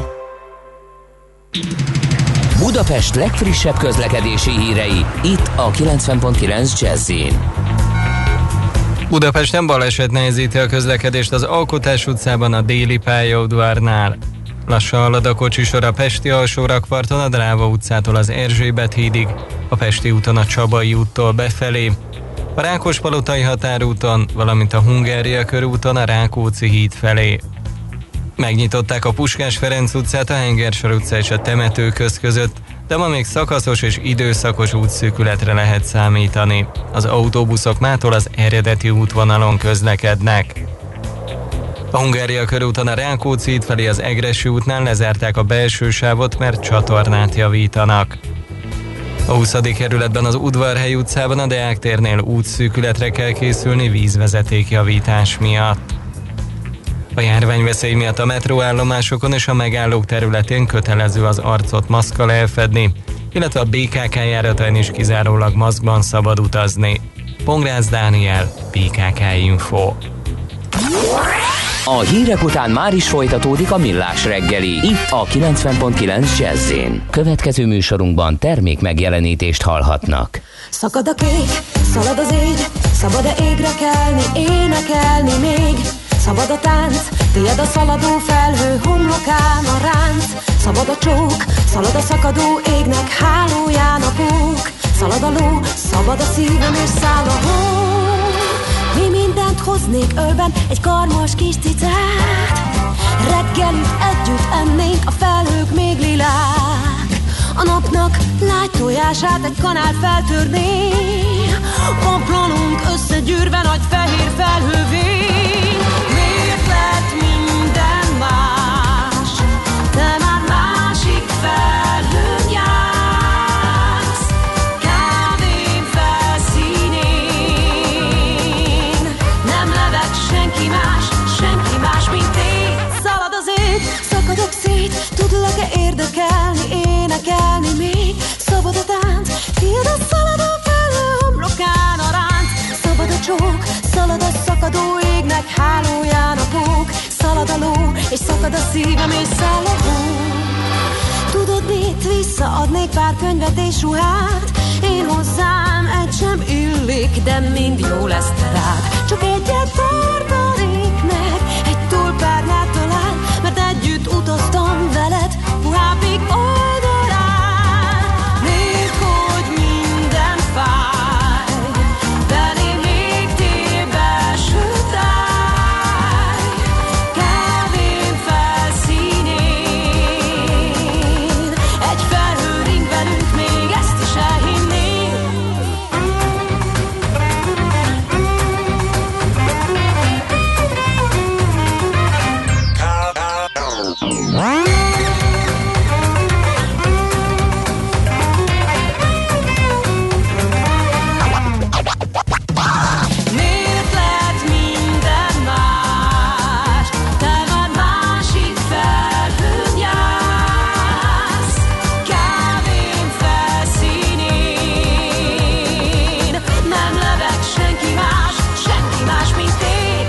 Budapest legfrissebb közlekedési hírei, itt a kilencven pont kilenc Jazzin. Budapesten baleset nehezíti a közlekedést az Alkotás utcában a déli pályaudvarnál. Lassan halad a kocsisor a Pesti alsórakparton a Dráva utcától az Erzsébet hídig, a Pesti úton a Csabai úttól befelé, a Rákospalotai határúton, valamint a Hungária körúton a Rákóczi híd felé. Megnyitották a Puskás Ferenc utcát a Hengersor utca és a Temetőköz között, de ma még szakaszos és időszakos útszűkületre lehet számítani. Az autóbuszok mától az eredeti útvonalon közlekednek. A Hungária körúton a Rákóczi híd felé az Egressy útnál lezárták a belső sávot, mert csatornát javítanak. A huszadik kerületben az Udvarhely utcában a Deák térnél útszűkületre kell készülni vízvezetékjavítás miatt. A járványveszély miatt a metróállomásokon és a megállók területén kötelező az arcot maszkkal elfedni, illetve a bé ká ká járatain is kizárólag maszkban szabad utazni. Pongrász Dániel, bé ká ká Info. A hírek után már is folytatódik a Millás reggeli, itt a kilencven pont kilenc Jazz-in. Következő műsorunkban termék megjelenítést hallhatnak. Szakad a kék, szalad az ég, szabad-e égre kelni, énekelni még? Szabad a tánc, tiéd a szaladó felhő, homlokán a ránc. Szabad a csók, szalad a szakadó égnek hálóján a pók. Szalad a ló, szabad a szívem és száll a hó. Mi mindent hoznék ölben, egy karmos kis cicát. Reggelit együtt ennénk, a felhők még lilák. A napnak lágy tojását egy kanál feltörné. Pamplonunk összegyűrve nagy fehér felhővé. Miért lett minden más? Te már másik felhőn jársz. Kávén felszínén nem leveg senki más, senki más, mint én. Szalad az ég, szakadok szét, tudlak-e érdekelni, énekelni még? Szabad a tánc, tiéd a szaladó felhő, homlokán a ránc. Szabad a csók, szalad a szakadó égnek hálóján a pók. Szalad a ló, és szakad a szívem, és száll a hó. Tudod mit, visszaadnék pár könyvet és ruhát. Én hozzám egy sem illik, de mind jó lesz te rád. Csak egyet tartanék meg, egy túlpárnyát talán, mert együtt utaztam veled puhábbik oldalán. Miért, hogy minden fáj, belém légtél belső táj. Kávén felszínén egy felhő ring velünk, még ezt is elhinném. Miért lett minden más? Te már másik felhőn jársz. Kávén felszínén nem leveg senki más, senki más, mint én.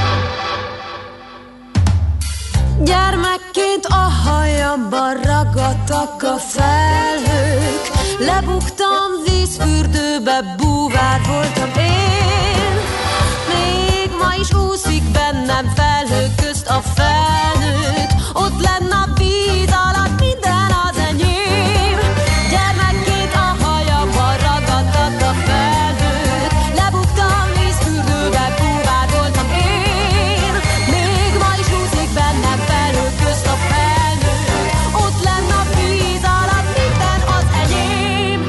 Gyermekként a hajamban ragadtak a felhők. Lebuktam vízfürdőbe, búvár voltam én. Még ma is úszik bennem felhők közt a felnőtt. Ott lenne a víz alatt minden az enyém. Gyermekként a hajamban ragadtak a felhők. Lebuktam vízfürdőbe, búvár voltam én. Még ma is úszik bennem felhők közt a felnőtt. Ott lenne a víz alatt minden az enyém.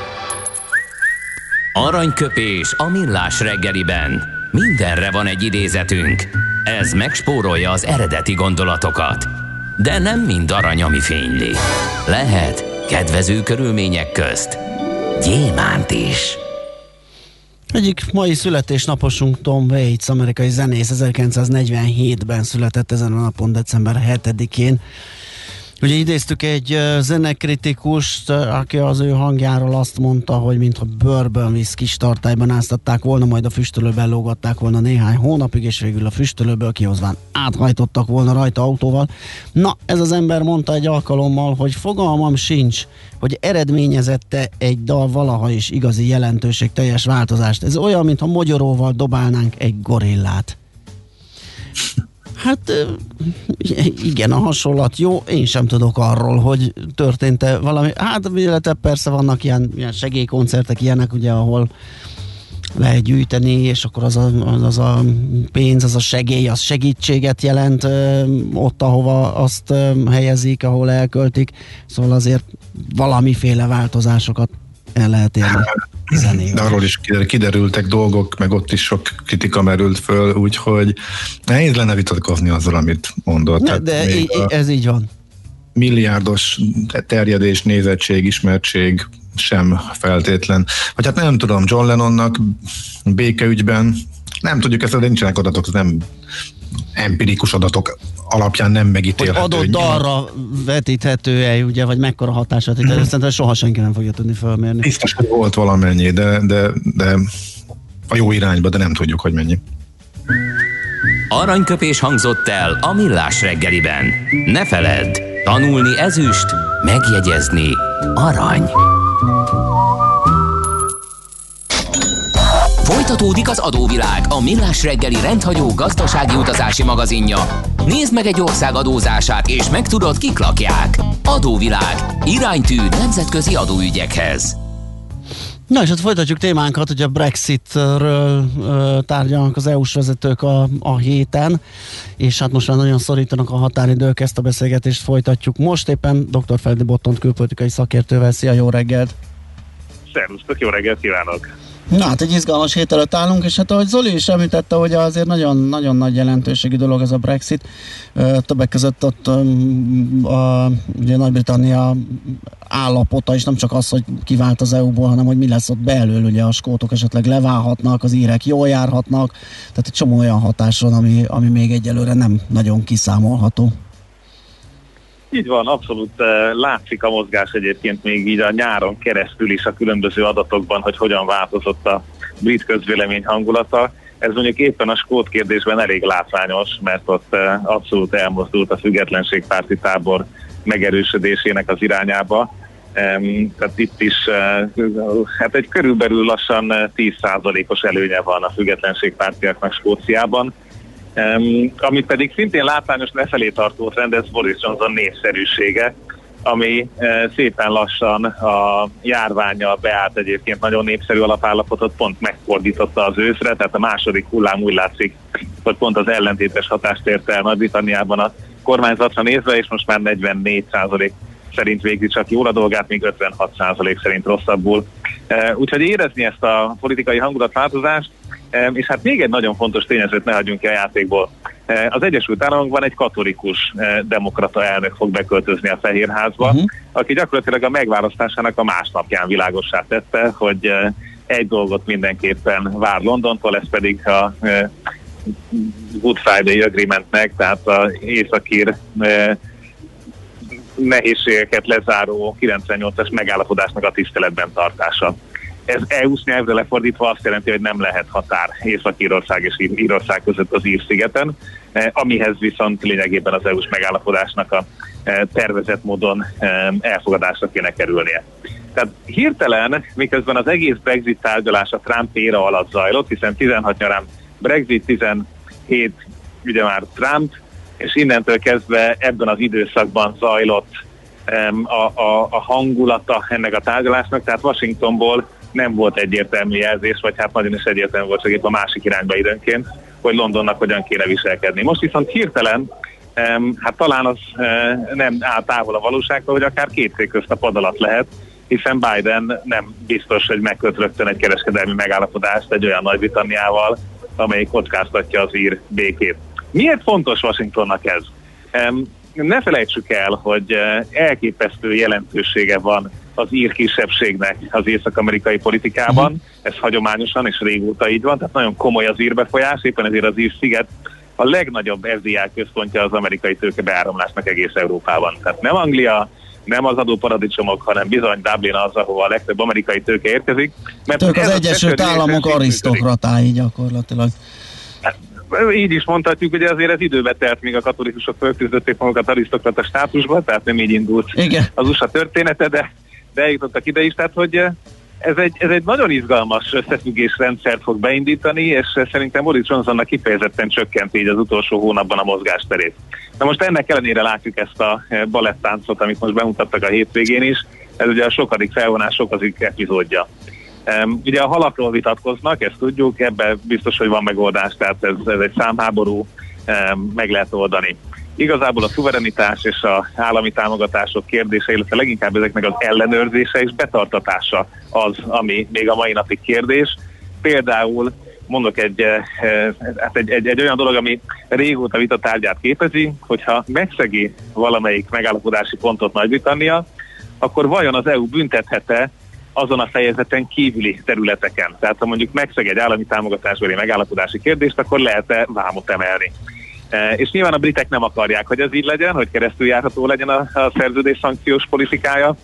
Aranyköpés a Millás reggeliben. Mindenre van egy idézetünk. Ez megspórolja az eredeti gondolatokat. De nem mind arany, ami fényli. Lehet kedvező körülmények közt gyémánt is. Egyik mai születésnaposunk Tom Waits, amerikai zenész, ezerkilencszáznegyvenhétben született ezen a napon, december hetedikén. Ugye idéztük egy zenekritikust, aki az ő hangjáról azt mondta, hogy mintha bourbon whisky tartályban áztatták volna, majd a füstölőben lógatták volna néhány hónapig, és végül a füstölőből kihozván áthajtottak volna rajta autóval. Na, ez az ember mondta egy alkalommal, hogy fogalmam sincs, hogy eredményezette egy dal valaha is igazi jelentőség teljes változást. Ez olyan, mintha mogyoróval dobálnánk egy gorillát. Hát igen, a hasonlat jó, én sem tudok arról, hogy történt-e valami. Hát illetve persze vannak ilyen, ilyen segélykoncertek, ilyenek ugye, ahol lehet gyűjteni, és akkor az a, az a pénz, az a segély, az segítséget jelent ott, ahova azt helyezik, ahol elköltik. Szóval azért valamiféle változásokat el lehet érni. De arról is kiderültek dolgok, meg ott is sok kritika merült föl, úgyhogy nehéz lenne vitatkozni azzal, amit mondott. Ne, de í- ez így van. Milliárdos terjedés, nézettség, ismertség sem feltétlen. Vagy hát nem tudom, John Lennonnak békeügyben, nem tudjuk, ezt, de nincsenek adatok, nem empirikus adatok alapján nem megítélhető. Hogy adott dalra vetíthető-e, ugye, vagy mekkora hatás vetíthető, mm. szerintem soha senki nem fogja tudni felmérni. Biztos, hogy volt valamennyi, de, de, de a jó irányba, de nem tudjuk, hogy mennyi. Aranyköpés hangzott el a Millás reggeliben. Ne feledd, tanulni ezüst, megjegyezni arany. Folytatódik az adóvilág, a Millás reggeli rendhagyó gazdasági utazási magazinja. Nézd meg egy ország adózását, és megtudod, kik lakják. Adóvilág. Iránytű nemzetközi adóügyekhez. Na és hát folytatjuk témánkat, hogy a Brexitről ö, tárgyalnak az é u-s vezetők a, a héten, és hát most már nagyon szorítanak a határidők, ezt a beszélgetést folytatjuk most éppen dr. Feledi Bottont külpolitikai szakértővel. Szia, jó reggelt! Szervusztok, jó reggelt kívánok! Na hát egy izgalmas hét előtt állunk, és hát ahogy Zoli is említette, hogy azért nagyon-nagyon nagy jelentőségű dolog ez a Brexit. Többek között ott a, ugye Nagy-Britannia állapota, és nem csak az, hogy kivált az é u-ból, hanem hogy mi lesz ott belül, ugye a skótok esetleg leválhatnak, az írek jól járhatnak, tehát egy csomó olyan hatás van, ami, ami még egyelőre nem nagyon kiszámolható. Így van, abszolút látszik a mozgás egyébként még így a nyáron keresztül is a különböző adatokban, hogy hogyan változott a brit közvélemény hangulata. Ez mondjuk éppen a skót kérdésben elég látványos, mert ott abszolút elmozdult a függetlenségpárti tábor megerősödésének az irányába. Tehát itt is hát egy körülbelül lassan tíz százalékos előnye van a függetlenségpártiaknak Skóciában. Um, ami pedig szintén látványos lefelé tartó trend, ez Boris Johnson népszerűsége, ami uh, szépen lassan a járvánnyal beállt egyébként nagyon népszerű alapállapotot pont megfordította az őszre, tehát a második hullám úgy látszik, hogy pont az ellentétes hatást érte el Nagy-Britanniában a kormányzatra nézve, és most már negyvennégy százalék szerint végzi csak jól a dolgát, míg ötvenhat százalék szerint rosszabbul. Uh, úgyhogy érezni ezt a politikai hangulatváltozást, és hát még egy nagyon fontos tényezőt ne hagyjunk ki a játékból. Az Egyesült Államokban egy katolikus demokrata elnök fog beköltözni a Fehérházba, uh-huh. aki gyakorlatilag a megválasztásának a másnapján világossá tette, hogy egy dolgot mindenképpen vár Londontól, ez pedig a Good Friday Agreementnek, tehát az északír nehézségeket lezáró kilencvennyolcas megállapodásnak a tiszteletben tartása. Ez é u-s nyelvre lefordítva azt jelenti, hogy nem lehet határ Észak-Írország és Írország között az Ír-szigeten, amihez viszont lényegében az é u-s megállapodásnak a tervezett módon elfogadásra kéne kerülnie. Tehát hirtelen, miközben az egész Brexit tárgyalás a Trump éra alatt zajlott, hiszen tizenhat nyarán Brexit, tizenhét ugye már Trump, és innentől kezdve ebben az időszakban zajlott a, a, a hangulata ennek a tárgyalásnak, tehát Washingtonból nem volt egyértelmű jelzés, vagy hát nagyon is egyértelmű volt, csak épp a másik irányba időnként, hogy Londonnak hogyan kéne viselkedni. Most viszont hirtelen, hát talán az nem áll távol a valóságtól, hogy akár két szék közt a pad alatt lehet, hiszen Biden nem biztos, hogy megköt rögtön egy kereskedelmi megállapodást egy olyan Nagy-Britanniával, amelyik kockáztatja az ír békét. Miért fontos Washingtonnak ez? Ne felejtsük el, hogy elképesztő jelentősége van az ír kisebbségnek az észak-amerikai politikában, uh-huh. ez hagyományosan és régóta így van, tehát nagyon komoly az ír befolyás, éppen ezért az ír-sziget a legnagyobb ef dé i központja az amerikai tőkebeáramlásnak egész Európában. Tehát nem Anglia, nem az adóparadicsomok, hanem bizony Dublin az, ahova a legtöbb amerikai tőke érkezik. Mert ők az Egyesült Államok arisztokratái gyakorlatilag. Hát, így is mondhatjuk, hogy azért ez időbe telt, míg a katolikusok fölküzdötték magukat arisztokrata státusba, tehát nem így indult Igen. az u es á története, de, de eljutottak ide is, tehát hogy ez egy, ez egy nagyon izgalmas összefüggésrendszert fog beindítani, és szerintem Boris Johnsonnak kifejezetten csökkent így az utolsó hónapban a mozgásterét. Na most ennek ellenére látjuk ezt a balettáncot, amit most bemutattak a hétvégén is, ez ugye a sokadik felvonás, sokadik epizódja. Um, ugye a halakról vitatkoznak, ezt tudjuk, ebben biztos, hogy van megoldás, tehát ez, ez egy számháború, um, meg lehet oldani. Igazából a szuverenitás és az állami támogatások kérdése, illetve leginkább ezeknek az ellenőrzése és betartatása az, ami még a mai napig kérdés. Például mondok egy, egy, egy, egy olyan dolog, ami régóta vitatárgyát képezi, hogyha megszegi valamelyik megállapodási pontot Nagy-Britannia, akkor vajon az é u büntethet-e azon a fejezeten kívüli területeken. Tehát ha mondjuk megszeg egy állami támogatásbeli megállapodási kérdést, akkor lehet-e vámot emelni. E, és nyilván a britek nem akarják, hogy ez így legyen, hogy keresztüljárható legyen a, a szerződés szankciós politikája,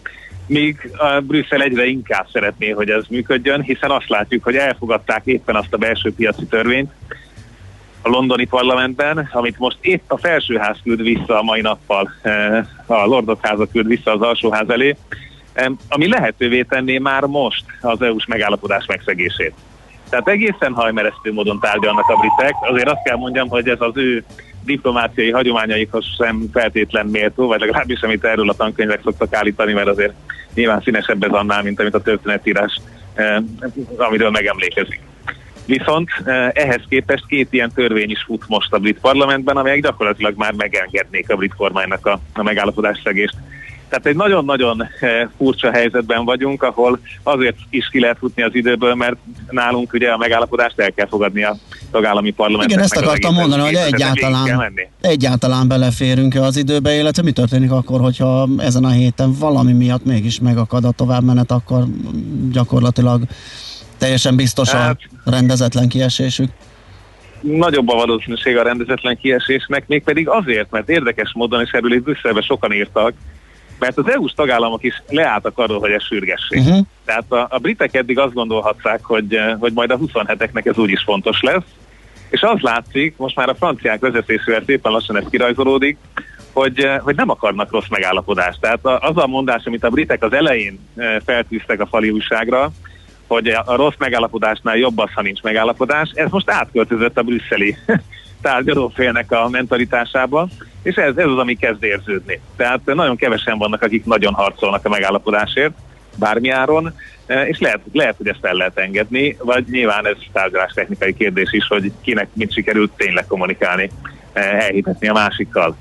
míg a Brüsszel egyre inkább szeretné, hogy ez működjön, hiszen azt látjuk, hogy elfogadták éppen azt a belső piaci törvényt a londoni parlamentben, amit most épp a felsőház küld vissza a mai nappal, a Lordok háza küld vissza az alsóház elé, ami lehetővé tenné már most az é u-s megállapodás megszegését. Tehát egészen hajmeresztő módon tárgyalnak a britek. Azért azt kell mondjam, hogy ez az ő diplomáciai hagyományaikhoz sem feltétlen méltó, vagy legalábbis amit erről a tankönyvek szoktak állítani, mert azért nyilván színesebb ez annál, mint amit a történetírás, eh, amiről megemlékezik. Viszont eh, ehhez képest két ilyen törvény is fut most a brit parlamentben, amelyek gyakorlatilag már megengednék a brit kormánynak a, a megállapodásszegést. Tehát egy nagyon-nagyon furcsa helyzetben vagyunk, ahol azért is ki lehet futni az időből, mert nálunk ugye a megállapodást el kell fogadni a tagállami parlamentnek. Igen, ezt akartam mondani, hogy egyáltalán, egyáltalán beleférünk-e az időbe, illetve mi történik akkor, hogyha ezen a héten valami miatt mégis megakad a továbbmenet, akkor gyakorlatilag teljesen biztos hát, a rendezetlen kiesésük? Nagyobb a valószínűség a rendezetlen kiesésnek, mégpedig azért, mert érdekes módon, és erről itt Brüsszelben sokan írtak, mert az é u-s tagállamok is leálltak arról, hogy ez sürgessék. Uh-huh. Tehát a, a britek eddig azt gondolhatták, hogy, hogy majd a huszonheteknek ez úgyis fontos lesz, és az látszik, most már a franciák vezetésével szépen lassan ez kirajzolódik, hogy, hogy nem akarnak rossz megállapodást. Tehát az a mondás, amit a britek az elején feltűztek a fali újságra, hogy a rossz megállapodásnál jobb az, ha nincs megállapodás, ez most átköltözött a brüsszeli tárgyalófélnek a mentalitásába, és ez, ez az, ami kezd érződni. Tehát nagyon kevesen vannak, akik nagyon harcolnak a megállapodásért, bármi áron, és lehet, lehet, hogy ezt el lehet engedni, vagy nyilván ez tárgyalás technikai kérdés is, hogy kinek mit sikerült tényleg kommunikálni, elhitetni a másikkal.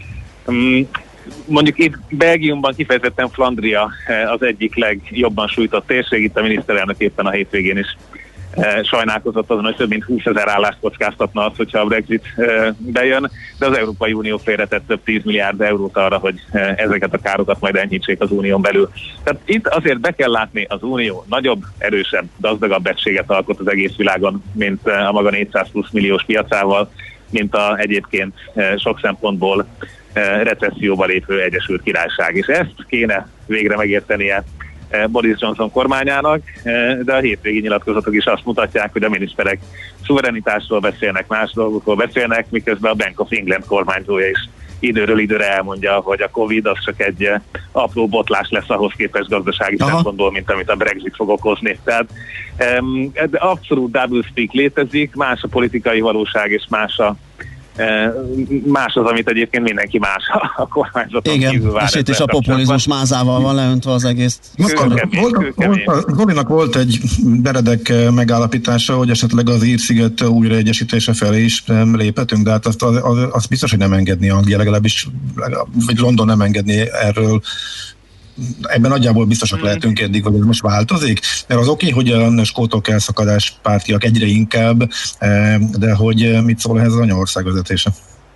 Mondjuk itt Belgiumban kifejezetten Flandria az egyik legjobban sújtott térség, itt a miniszterelnök éppen a hétvégén is sajnálkozott azon, hogy több mint húszezer állást kockáztatna az, hogyha a Brexit bejön, de az Európai Unió félretett több tíz milliárd eurót arra, hogy ezeket a károkat majd enyhítsék az Unión belül. Tehát itt azért be kell látni, az Unió nagyobb, erősebb, gazdagabb egységet alkot az egész világon, mint a maga négyszáz plusz milliós piacával, mint a egyébként sok szempontból recesszióba lépő Egyesült Királyság. És ezt kéne végre megértenie Boris Johnson kormányának, de a hétvégi nyilatkozatok is azt mutatják, hogy a miniszterek szuverenitásról beszélnek, más dolgokról beszélnek, miközben a Bank of England kormányzója is időről időre elmondja, hogy a Covid az csak egy apró botlás lesz ahhoz képest gazdasági Aha. szempontból, mint amit a Brexit fog okozni. Tehát um, abszolút doublespeak létezik, más a politikai valóság és más a más az, amit egyébként mindenki más a kormányzaton kívül vár. És itt is a populizmus mázával van leöntve az egész. Zolinak volt egy beredek megállapítása, hogy esetleg az Ír-sziget újraegyesítése felé is léphetünk, de hát azt, az, az, az biztos, hogy nem engedni Anglia, legalábbis vagy London nem engedni erről. Ebben nagyjából biztosak lehetünk eddig, hogy ez most változik, mert az oké, hogy a skótok elszakadás pártiak egyre inkább, de hogy mit szól ehhez az anyaország vezetése?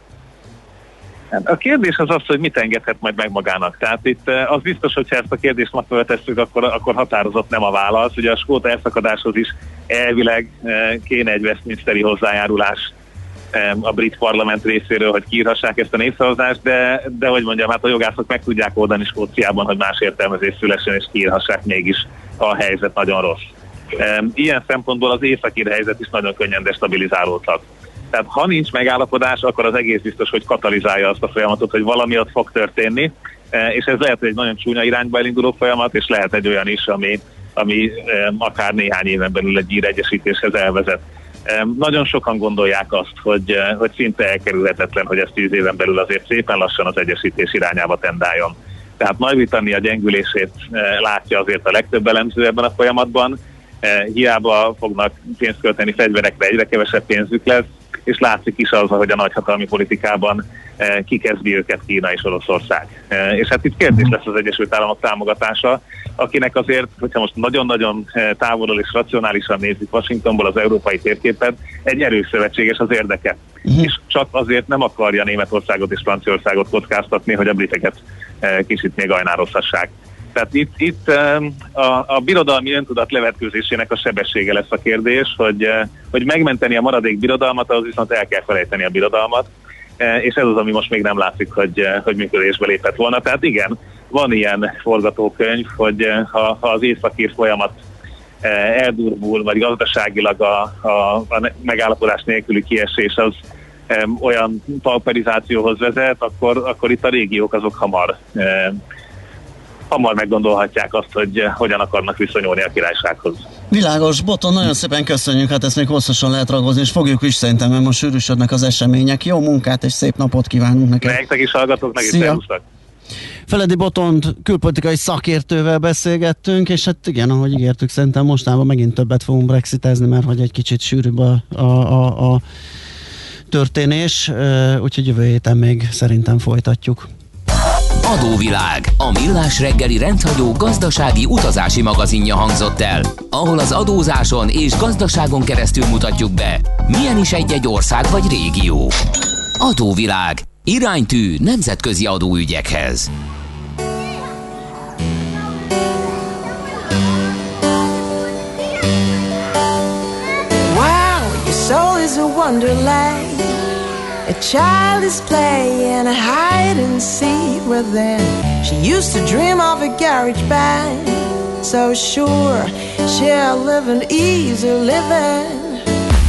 A kérdés az az, hogy mit engedhet majd meg magának. Tehát itt az biztos, hogyha ezt a kérdést magával tesszük, akkor, akkor határozott nem a válasz. Ugye a skót elszakadáshoz is elvileg kéne egy westminsteri hozzájárulás a brit parlament részéről, hogy kiírhassák ezt a népszavazást, de, de hogy mondjam, hát a jogászok meg tudják oldani Skóciában, hogy más értelmezés szülessen, és kiírhassák, mégis a helyzet nagyon rossz. Ilyen szempontból az északír helyzet is nagyon könnyen destabilizálódhat. Tehát ha nincs megállapodás, akkor az egész biztos, hogy katalizálja azt a folyamatot, hogy valami ott fog történni, és ez lehet, hogy egy nagyon csúnya irányba elinduló folyamat, és lehet egy olyan is, ami, ami akár néhány éven belül egy ír egyesítéshez elvezet. Nagyon sokan gondolják azt, hogy, hogy szinte elkerülhetetlen, hogy ez tíz éven belül azért szépen lassan az egyesítés irányába tendáljon. Tehát Nagy-Britannia gyengülését látja azért a legtöbb elemző ebben a folyamatban, hiába fognak pénzt költeni fegyverekre, egyre kevesebb pénzük lesz, és látszik is az, hogy a nagyhatalmi politikában kikezdi őket Kína és Oroszország. És hát itt kérdés lesz az Egyesült Államok támogatása, akinek azért, hogyha most nagyon-nagyon távolról és racionálisan nézzük Washingtonból az európai térképet, egy erős szövetséges az érdeke. Uh-huh. És csak azért nem akarja Németországot és Franciaországot kockáztatni, hogy a briteket kicsit még ajnározhassák. Tehát itt, itt a, a birodalmi öntudat levetkőzésének a sebessége lesz a kérdés, hogy, hogy megmenteni a maradék birodalmat, az viszont el kell felejteni a birodalmat, és ez az, ami most még nem látszik, hogy, hogy működésbe lépett volna. Tehát igen, van ilyen forgatókönyv, hogy ha, ha az északír folyamat eldurvul, vagy gazdaságilag a, a, a megállapodás nélküli kiesés az um, olyan pauperizációhoz vezet, akkor, akkor itt a régiók azok hamar um, hamar meggondolhatják azt, hogy hogyan akarnak viszonyulni a királysághoz. Világos, Botton, nagyon szépen köszönjük, hát ezt még hosszasan lehet ragozni, és fogjuk is szerintem, mert most sűrűsödnek az események. Jó munkát és szép napot kívánunk neked. Nektek is hallgatóknak, és szervusztok. Feledi Bottont külpolitikai szakértővel beszélgettünk, és hát igen, ahogy ígértük, szerintem mostában megint többet fogunk brexitezni, mert hogy egy kicsit sűrűbb a, a, a, a történés, úgyhogy jövő héten még szerintem folytatjuk. Adóvilág, a millás reggeli rendhagyó gazdasági utazási magazinja hangzott el, ahol az adózáson és gazdaságon keresztül mutatjuk be, milyen is egy-egy ország vagy régió. Adóvilág, iránytű nemzetközi adóügyekhez. Wow, your soul is a wonderland. A child is playing a hide and seek within. She used to dream of a garage band, so sure she'll live an easy living.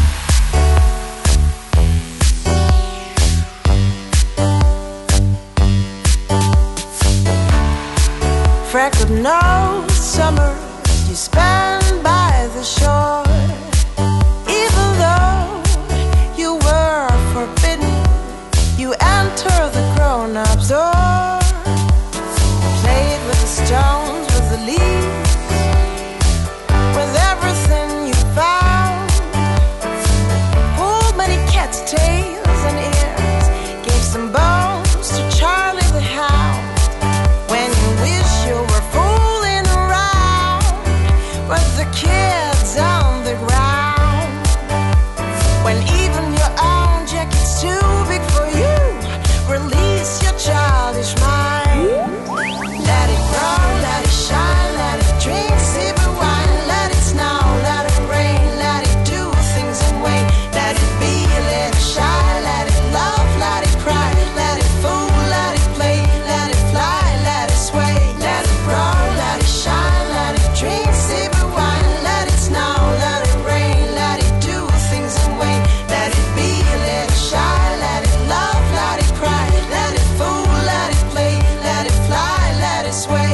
Freckled nose, summer you spend by the shore. Even though you were forbidden, you enter the grown-ups door. Played with the stones, with the leaves, with everything you found. Pulled many cats' tails and ears, gave some bones to Charlie the Hound. When you wish you were fooling around with the kids on the ground. When even your own jacket's too big for you, release your childish mind. Let it grow, let it shine, let it drink, sip it wine. Let it snow, let it rain, let it do things in vain. Let it be, let it shine, let it love, let it cry. Let it fool, let it play, let it fly, let it sway. Let it grow, let it shine, let it drink, sip it wine. Let it snow, let it rain, let it do things in vain. Let it be, let it shine, let it love, let it cry. Let it fool, let it play, let it fly, let it sway.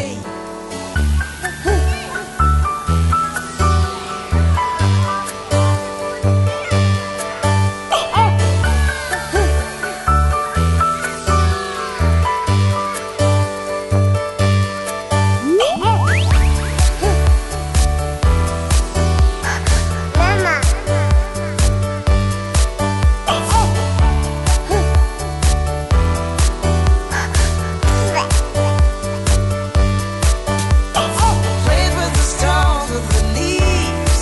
Played with the stones, with the leaves,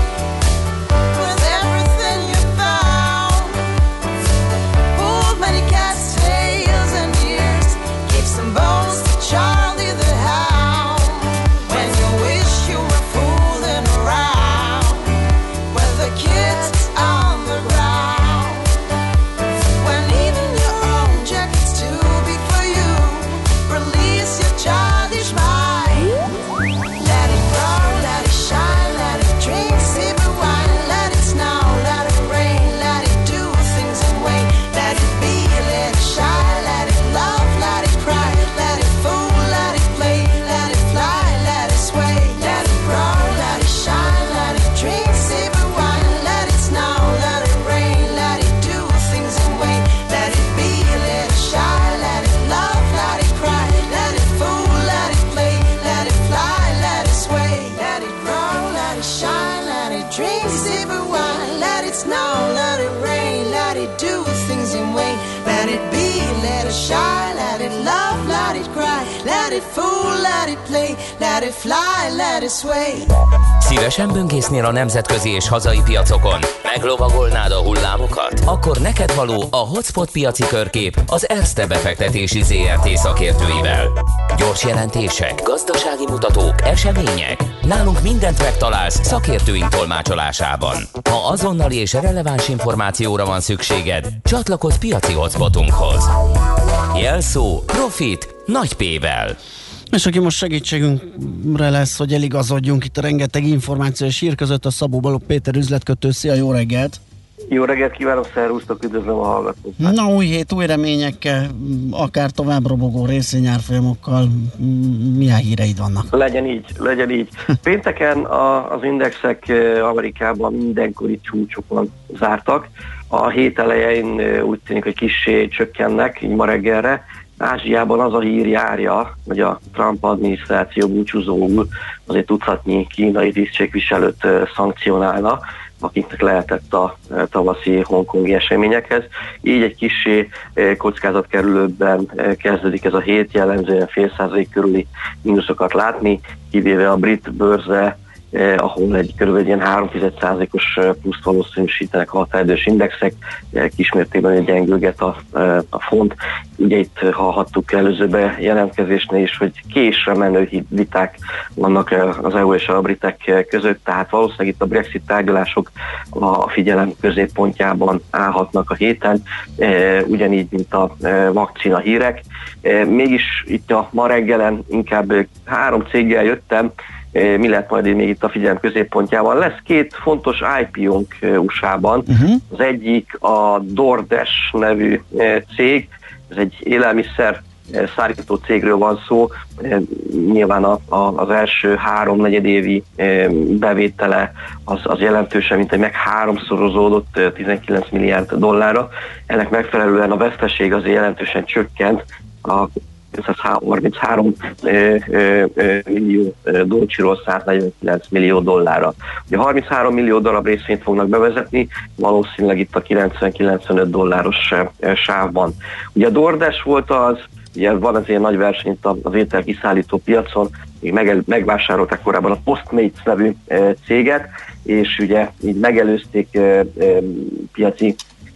with everything you found. Pulled many cats' tails and ears, gave some bones to Charlie the Hound. When you wish you were fooling around with the kids on the ground. When even your own jacket's too big for you, release your childish mind. Let it grow, let it shine, let it drink, sip it wine. Let it snow, let it rain, let it do things in vain. Let it be, let it shine, let it love, let it cry. Let it fool, let it play, let it fly, let it sway. Let it grow, let it shine, let it drink, sip it wine. Let it snow, let it rain, let it do things in vain. Let it be, let it shine, let it love, let it cry. Let it fool, let it play, let it fly, let it sway. Let it grow, let it shine, let it drink, sip it wine. Let it snow, let it rain, let it do things in vain. Let it be, let it shine, let it love, let it cry. Let it fool, let it play, let it fly, let it sway. Szívesen böngésznél a nemzetközi és hazai piacokon? Meglovagolnád a hullámokat? Akkor neked való a Hotspot piaci körkép az Erste befektetési zé er té szakértőivel. Gyors jelentések, gazdasági mutatók, események. Nálunk mindent megtalálsz szakértőink tolmácsolásában. Ha azonnali és releváns információra van szükséged, csatlakozz piaci hotspotunkhoz. Jelszó Profit nagy P-vel. És aki most segítségünkre lesz, hogy eligazodjunk itt a rengeteg információ és hír között, a Szabó Balogh Péter üzletkötő. Szia, jó reggelt! Jó reggelt kívánok, szervusztok, üdvözlöm a hallgatókat! Na, új hét, új reményekkel, akár tovább robogó részvényárfolyamokkal, milyen híreid vannak? Legyen így, legyen így. Pénteken a, az indexek Amerikában mindenkori csúcsokon zártak. A hét elején úgy tűnik, hogy kissé csökkennek, így ma reggelre. Ázsiában az a hír járja, hogy a Trump adminisztráció búcsúzóul azért tucatnyi kínai tisztségviselőt szankcionálna, akiknek lehetett a tavaszi hongkongi eseményekhez. Így egy kissé kockázatkerülőbben kezdődik ez a hét, jellemzően fél százalék körüli mínuszokat látni, kivéve a brit bőrze, eh, ahol egy körülbelül ilyen három egész egy százalékos pluszt valószínűsítenek a határidős indexek, eh, kismértékben gyengülget a, eh, a font. Ugye itt hallhattuk előző bejelentkezésnél is, hogy késre menő viták vannak az é u és a britek között, tehát valószínűleg itt a Brexit tárgyalások a figyelem középpontjában állhatnak a héten, eh, ugyanígy, mint a eh, vakcina hírek. Eh, mégis itt a ma reggelen inkább három céggel jöttem, mi lehet majd még itt a figyelem középpontjában. Lesz két fontos I P O-nk u es á-ban. Uh-huh. Az egyik a DoorDash nevű cég, ez egy élelmiszer szállító cégről van szó. Nyilván a, a, az első három negyedévi bevétele az, az jelentősen, mint egy meg háromszorozódott tizenkilenc milliárd dollárra. Ennek megfelelően a veszteség azért jelentősen csökkent, a kétszázharminchárom millió dolcsiról száznegyvenkilenc millió dollárra. Ugye harminchárom millió darab részvényt fognak bevezetni, valószínűleg itt a kilencven-kilencvenöt dolláros sávban. Ugye a DoorDash volt az, ugye van az ilyen nagy verseny az étel kiszállító piacon, még meg, megvásárolták korábban a Postmates nevű céget, és ugye így megelőzték piaci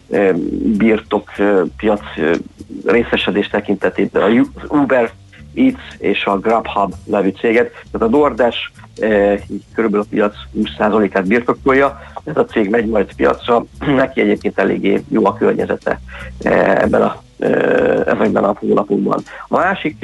birtok piac részesedés tekintetében a Uber Eats és a Grubhub nevű céget. Tehát a DoorDash így körülbelül a piac húsz százalékát birtokolja, ez a cég megy majd piacra, neki egyébként eléggé jó a környezete ebben a, ezekben a hónapokban. A másik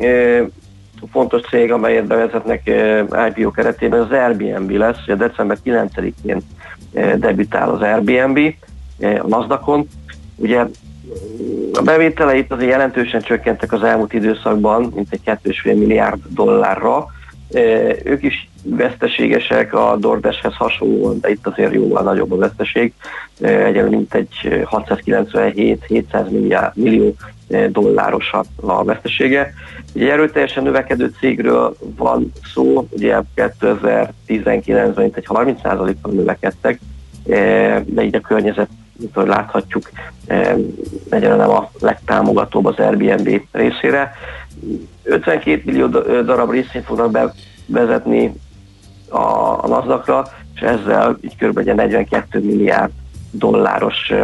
fontos cég, amelyet bevezetnek I P O keretében, az Airbnb lesz, ugye december kilencedikén debütál az Airbnb a Nasdaqon. Ugye a bevételeit azért jelentősen csökkentek az elmúlt időszakban, mint egy két egész öt milliárd dollárra. Ők is veszteségesek a DoorDashhez hasonlóan, de itt azért jóval nagyobb a veszteség. Egyenlő mint egy hatszázkilencvenhét-hétszáz millió dolláros a vesztesége. Ugye erőteljesen növekedő cégről van szó, ugye kétezer-tizenkilencben mint egy harminc százalékkal növekedtek, de így a környezet, mint ahogy láthatjuk, egyre nem a legtámogatóbb az Airbnb részére. ötvenkét millió darab részét fognak bevezetni a Nasdaqra, és ezzel így kb. negyvenkét milliárd dolláros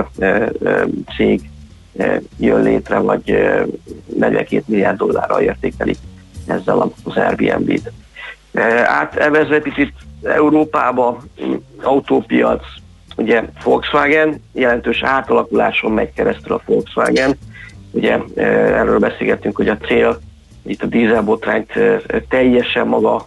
cég jön létre, vagy negyvenkét milliárd dollárra értékelik ezzel az Airbnb-t. Átevezve picit Európába, autópiac, ugye Volkswagen, jelentős átalakuláson megy keresztül a Volkswagen. Ugye erről beszélgettünk, hogy a cél itt a dízelbotrányt teljesen maga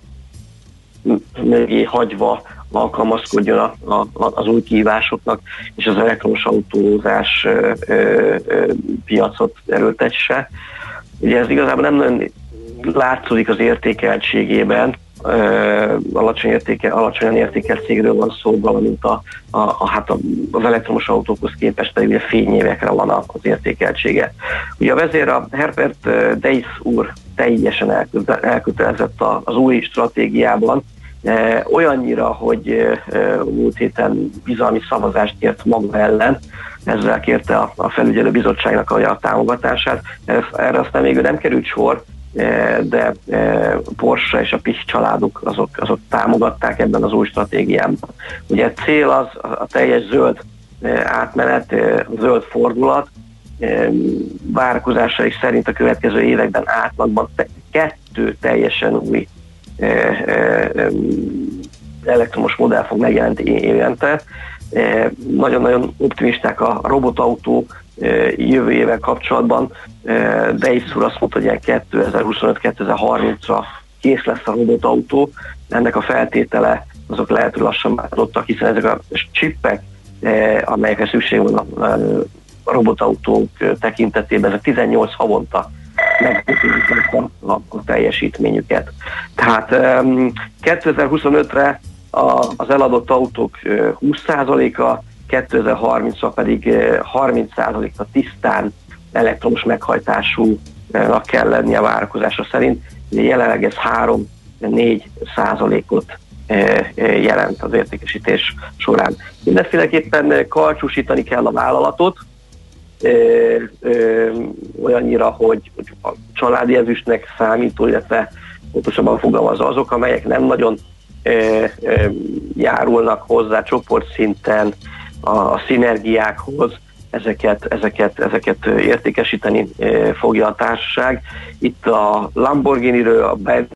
mögé hagyva alkalmazkodjon a, a, az új kihívásoknak, és az elektromos autózás ö, ö, ö, piacot erőltesse. Ugye ez igazából nem nagyon látszódik az értékeltségében, ö, alacsony értéke, alacsonyan értékelt cégről van szó, valamint a, a, a, hát az elektromos autókhoz képest pedig ugye fényévekre van az értékeltsége. Ugye a vezér, a Herbert Diess úr teljesen elkötelezett az új stratégiában, olyannyira, hogy múlt héten bizalmi szavazást kért maga ellen, ezzel kérte a, a felügyelő bizottságnak a, a támogatását. Erre aztán még nem került sor, de Porsche és a Pich családok azok, azok támogatták ebben az új stratégiában. Ugye a cél az a teljes zöld átmenet, zöld fordulat, várakozásaik szerint a következő években átlagban kettő teljesen új elektromos modell fog megjelenti évente. Nagyon-nagyon optimisták a robotautó jövő évvel kapcsolatban. Deisz úr azt mondta, hogy ilyen kétezer-huszonöt kétezer-harmincra kész lesz a robotautó. Ennek a feltétele azok lehet, hogy lassan már adottak, hiszen ezek a csippek, amelyekre szükség van a robotautók tekintetében, ezek tizennyolc havonta megkötődik a, a, a teljesítményüket. Tehát kétezer-huszonötre a, az eladott autók húsz százaléka, kétezer-harmincra pedig harminc százaléka tisztán elektromos meghajtásúnak kell lennie a várakozása szerint. Jelenleg ez három-négy százalékot jelent az értékesítés során. Mindenféleképpen karcsúsítani kell a vállalatot, Ö, ö, olyannyira, hogy, hogy a családi ezüstnek számító, illetve pontosabban fogalmazva azok, amelyek nem nagyon ö, ö, járulnak hozzá csoportszinten a, a szinergiákhoz, ezeket, ezeket, ezeket értékesíteni ö, fogja a társaság. Itt a Lamborghini-ről, a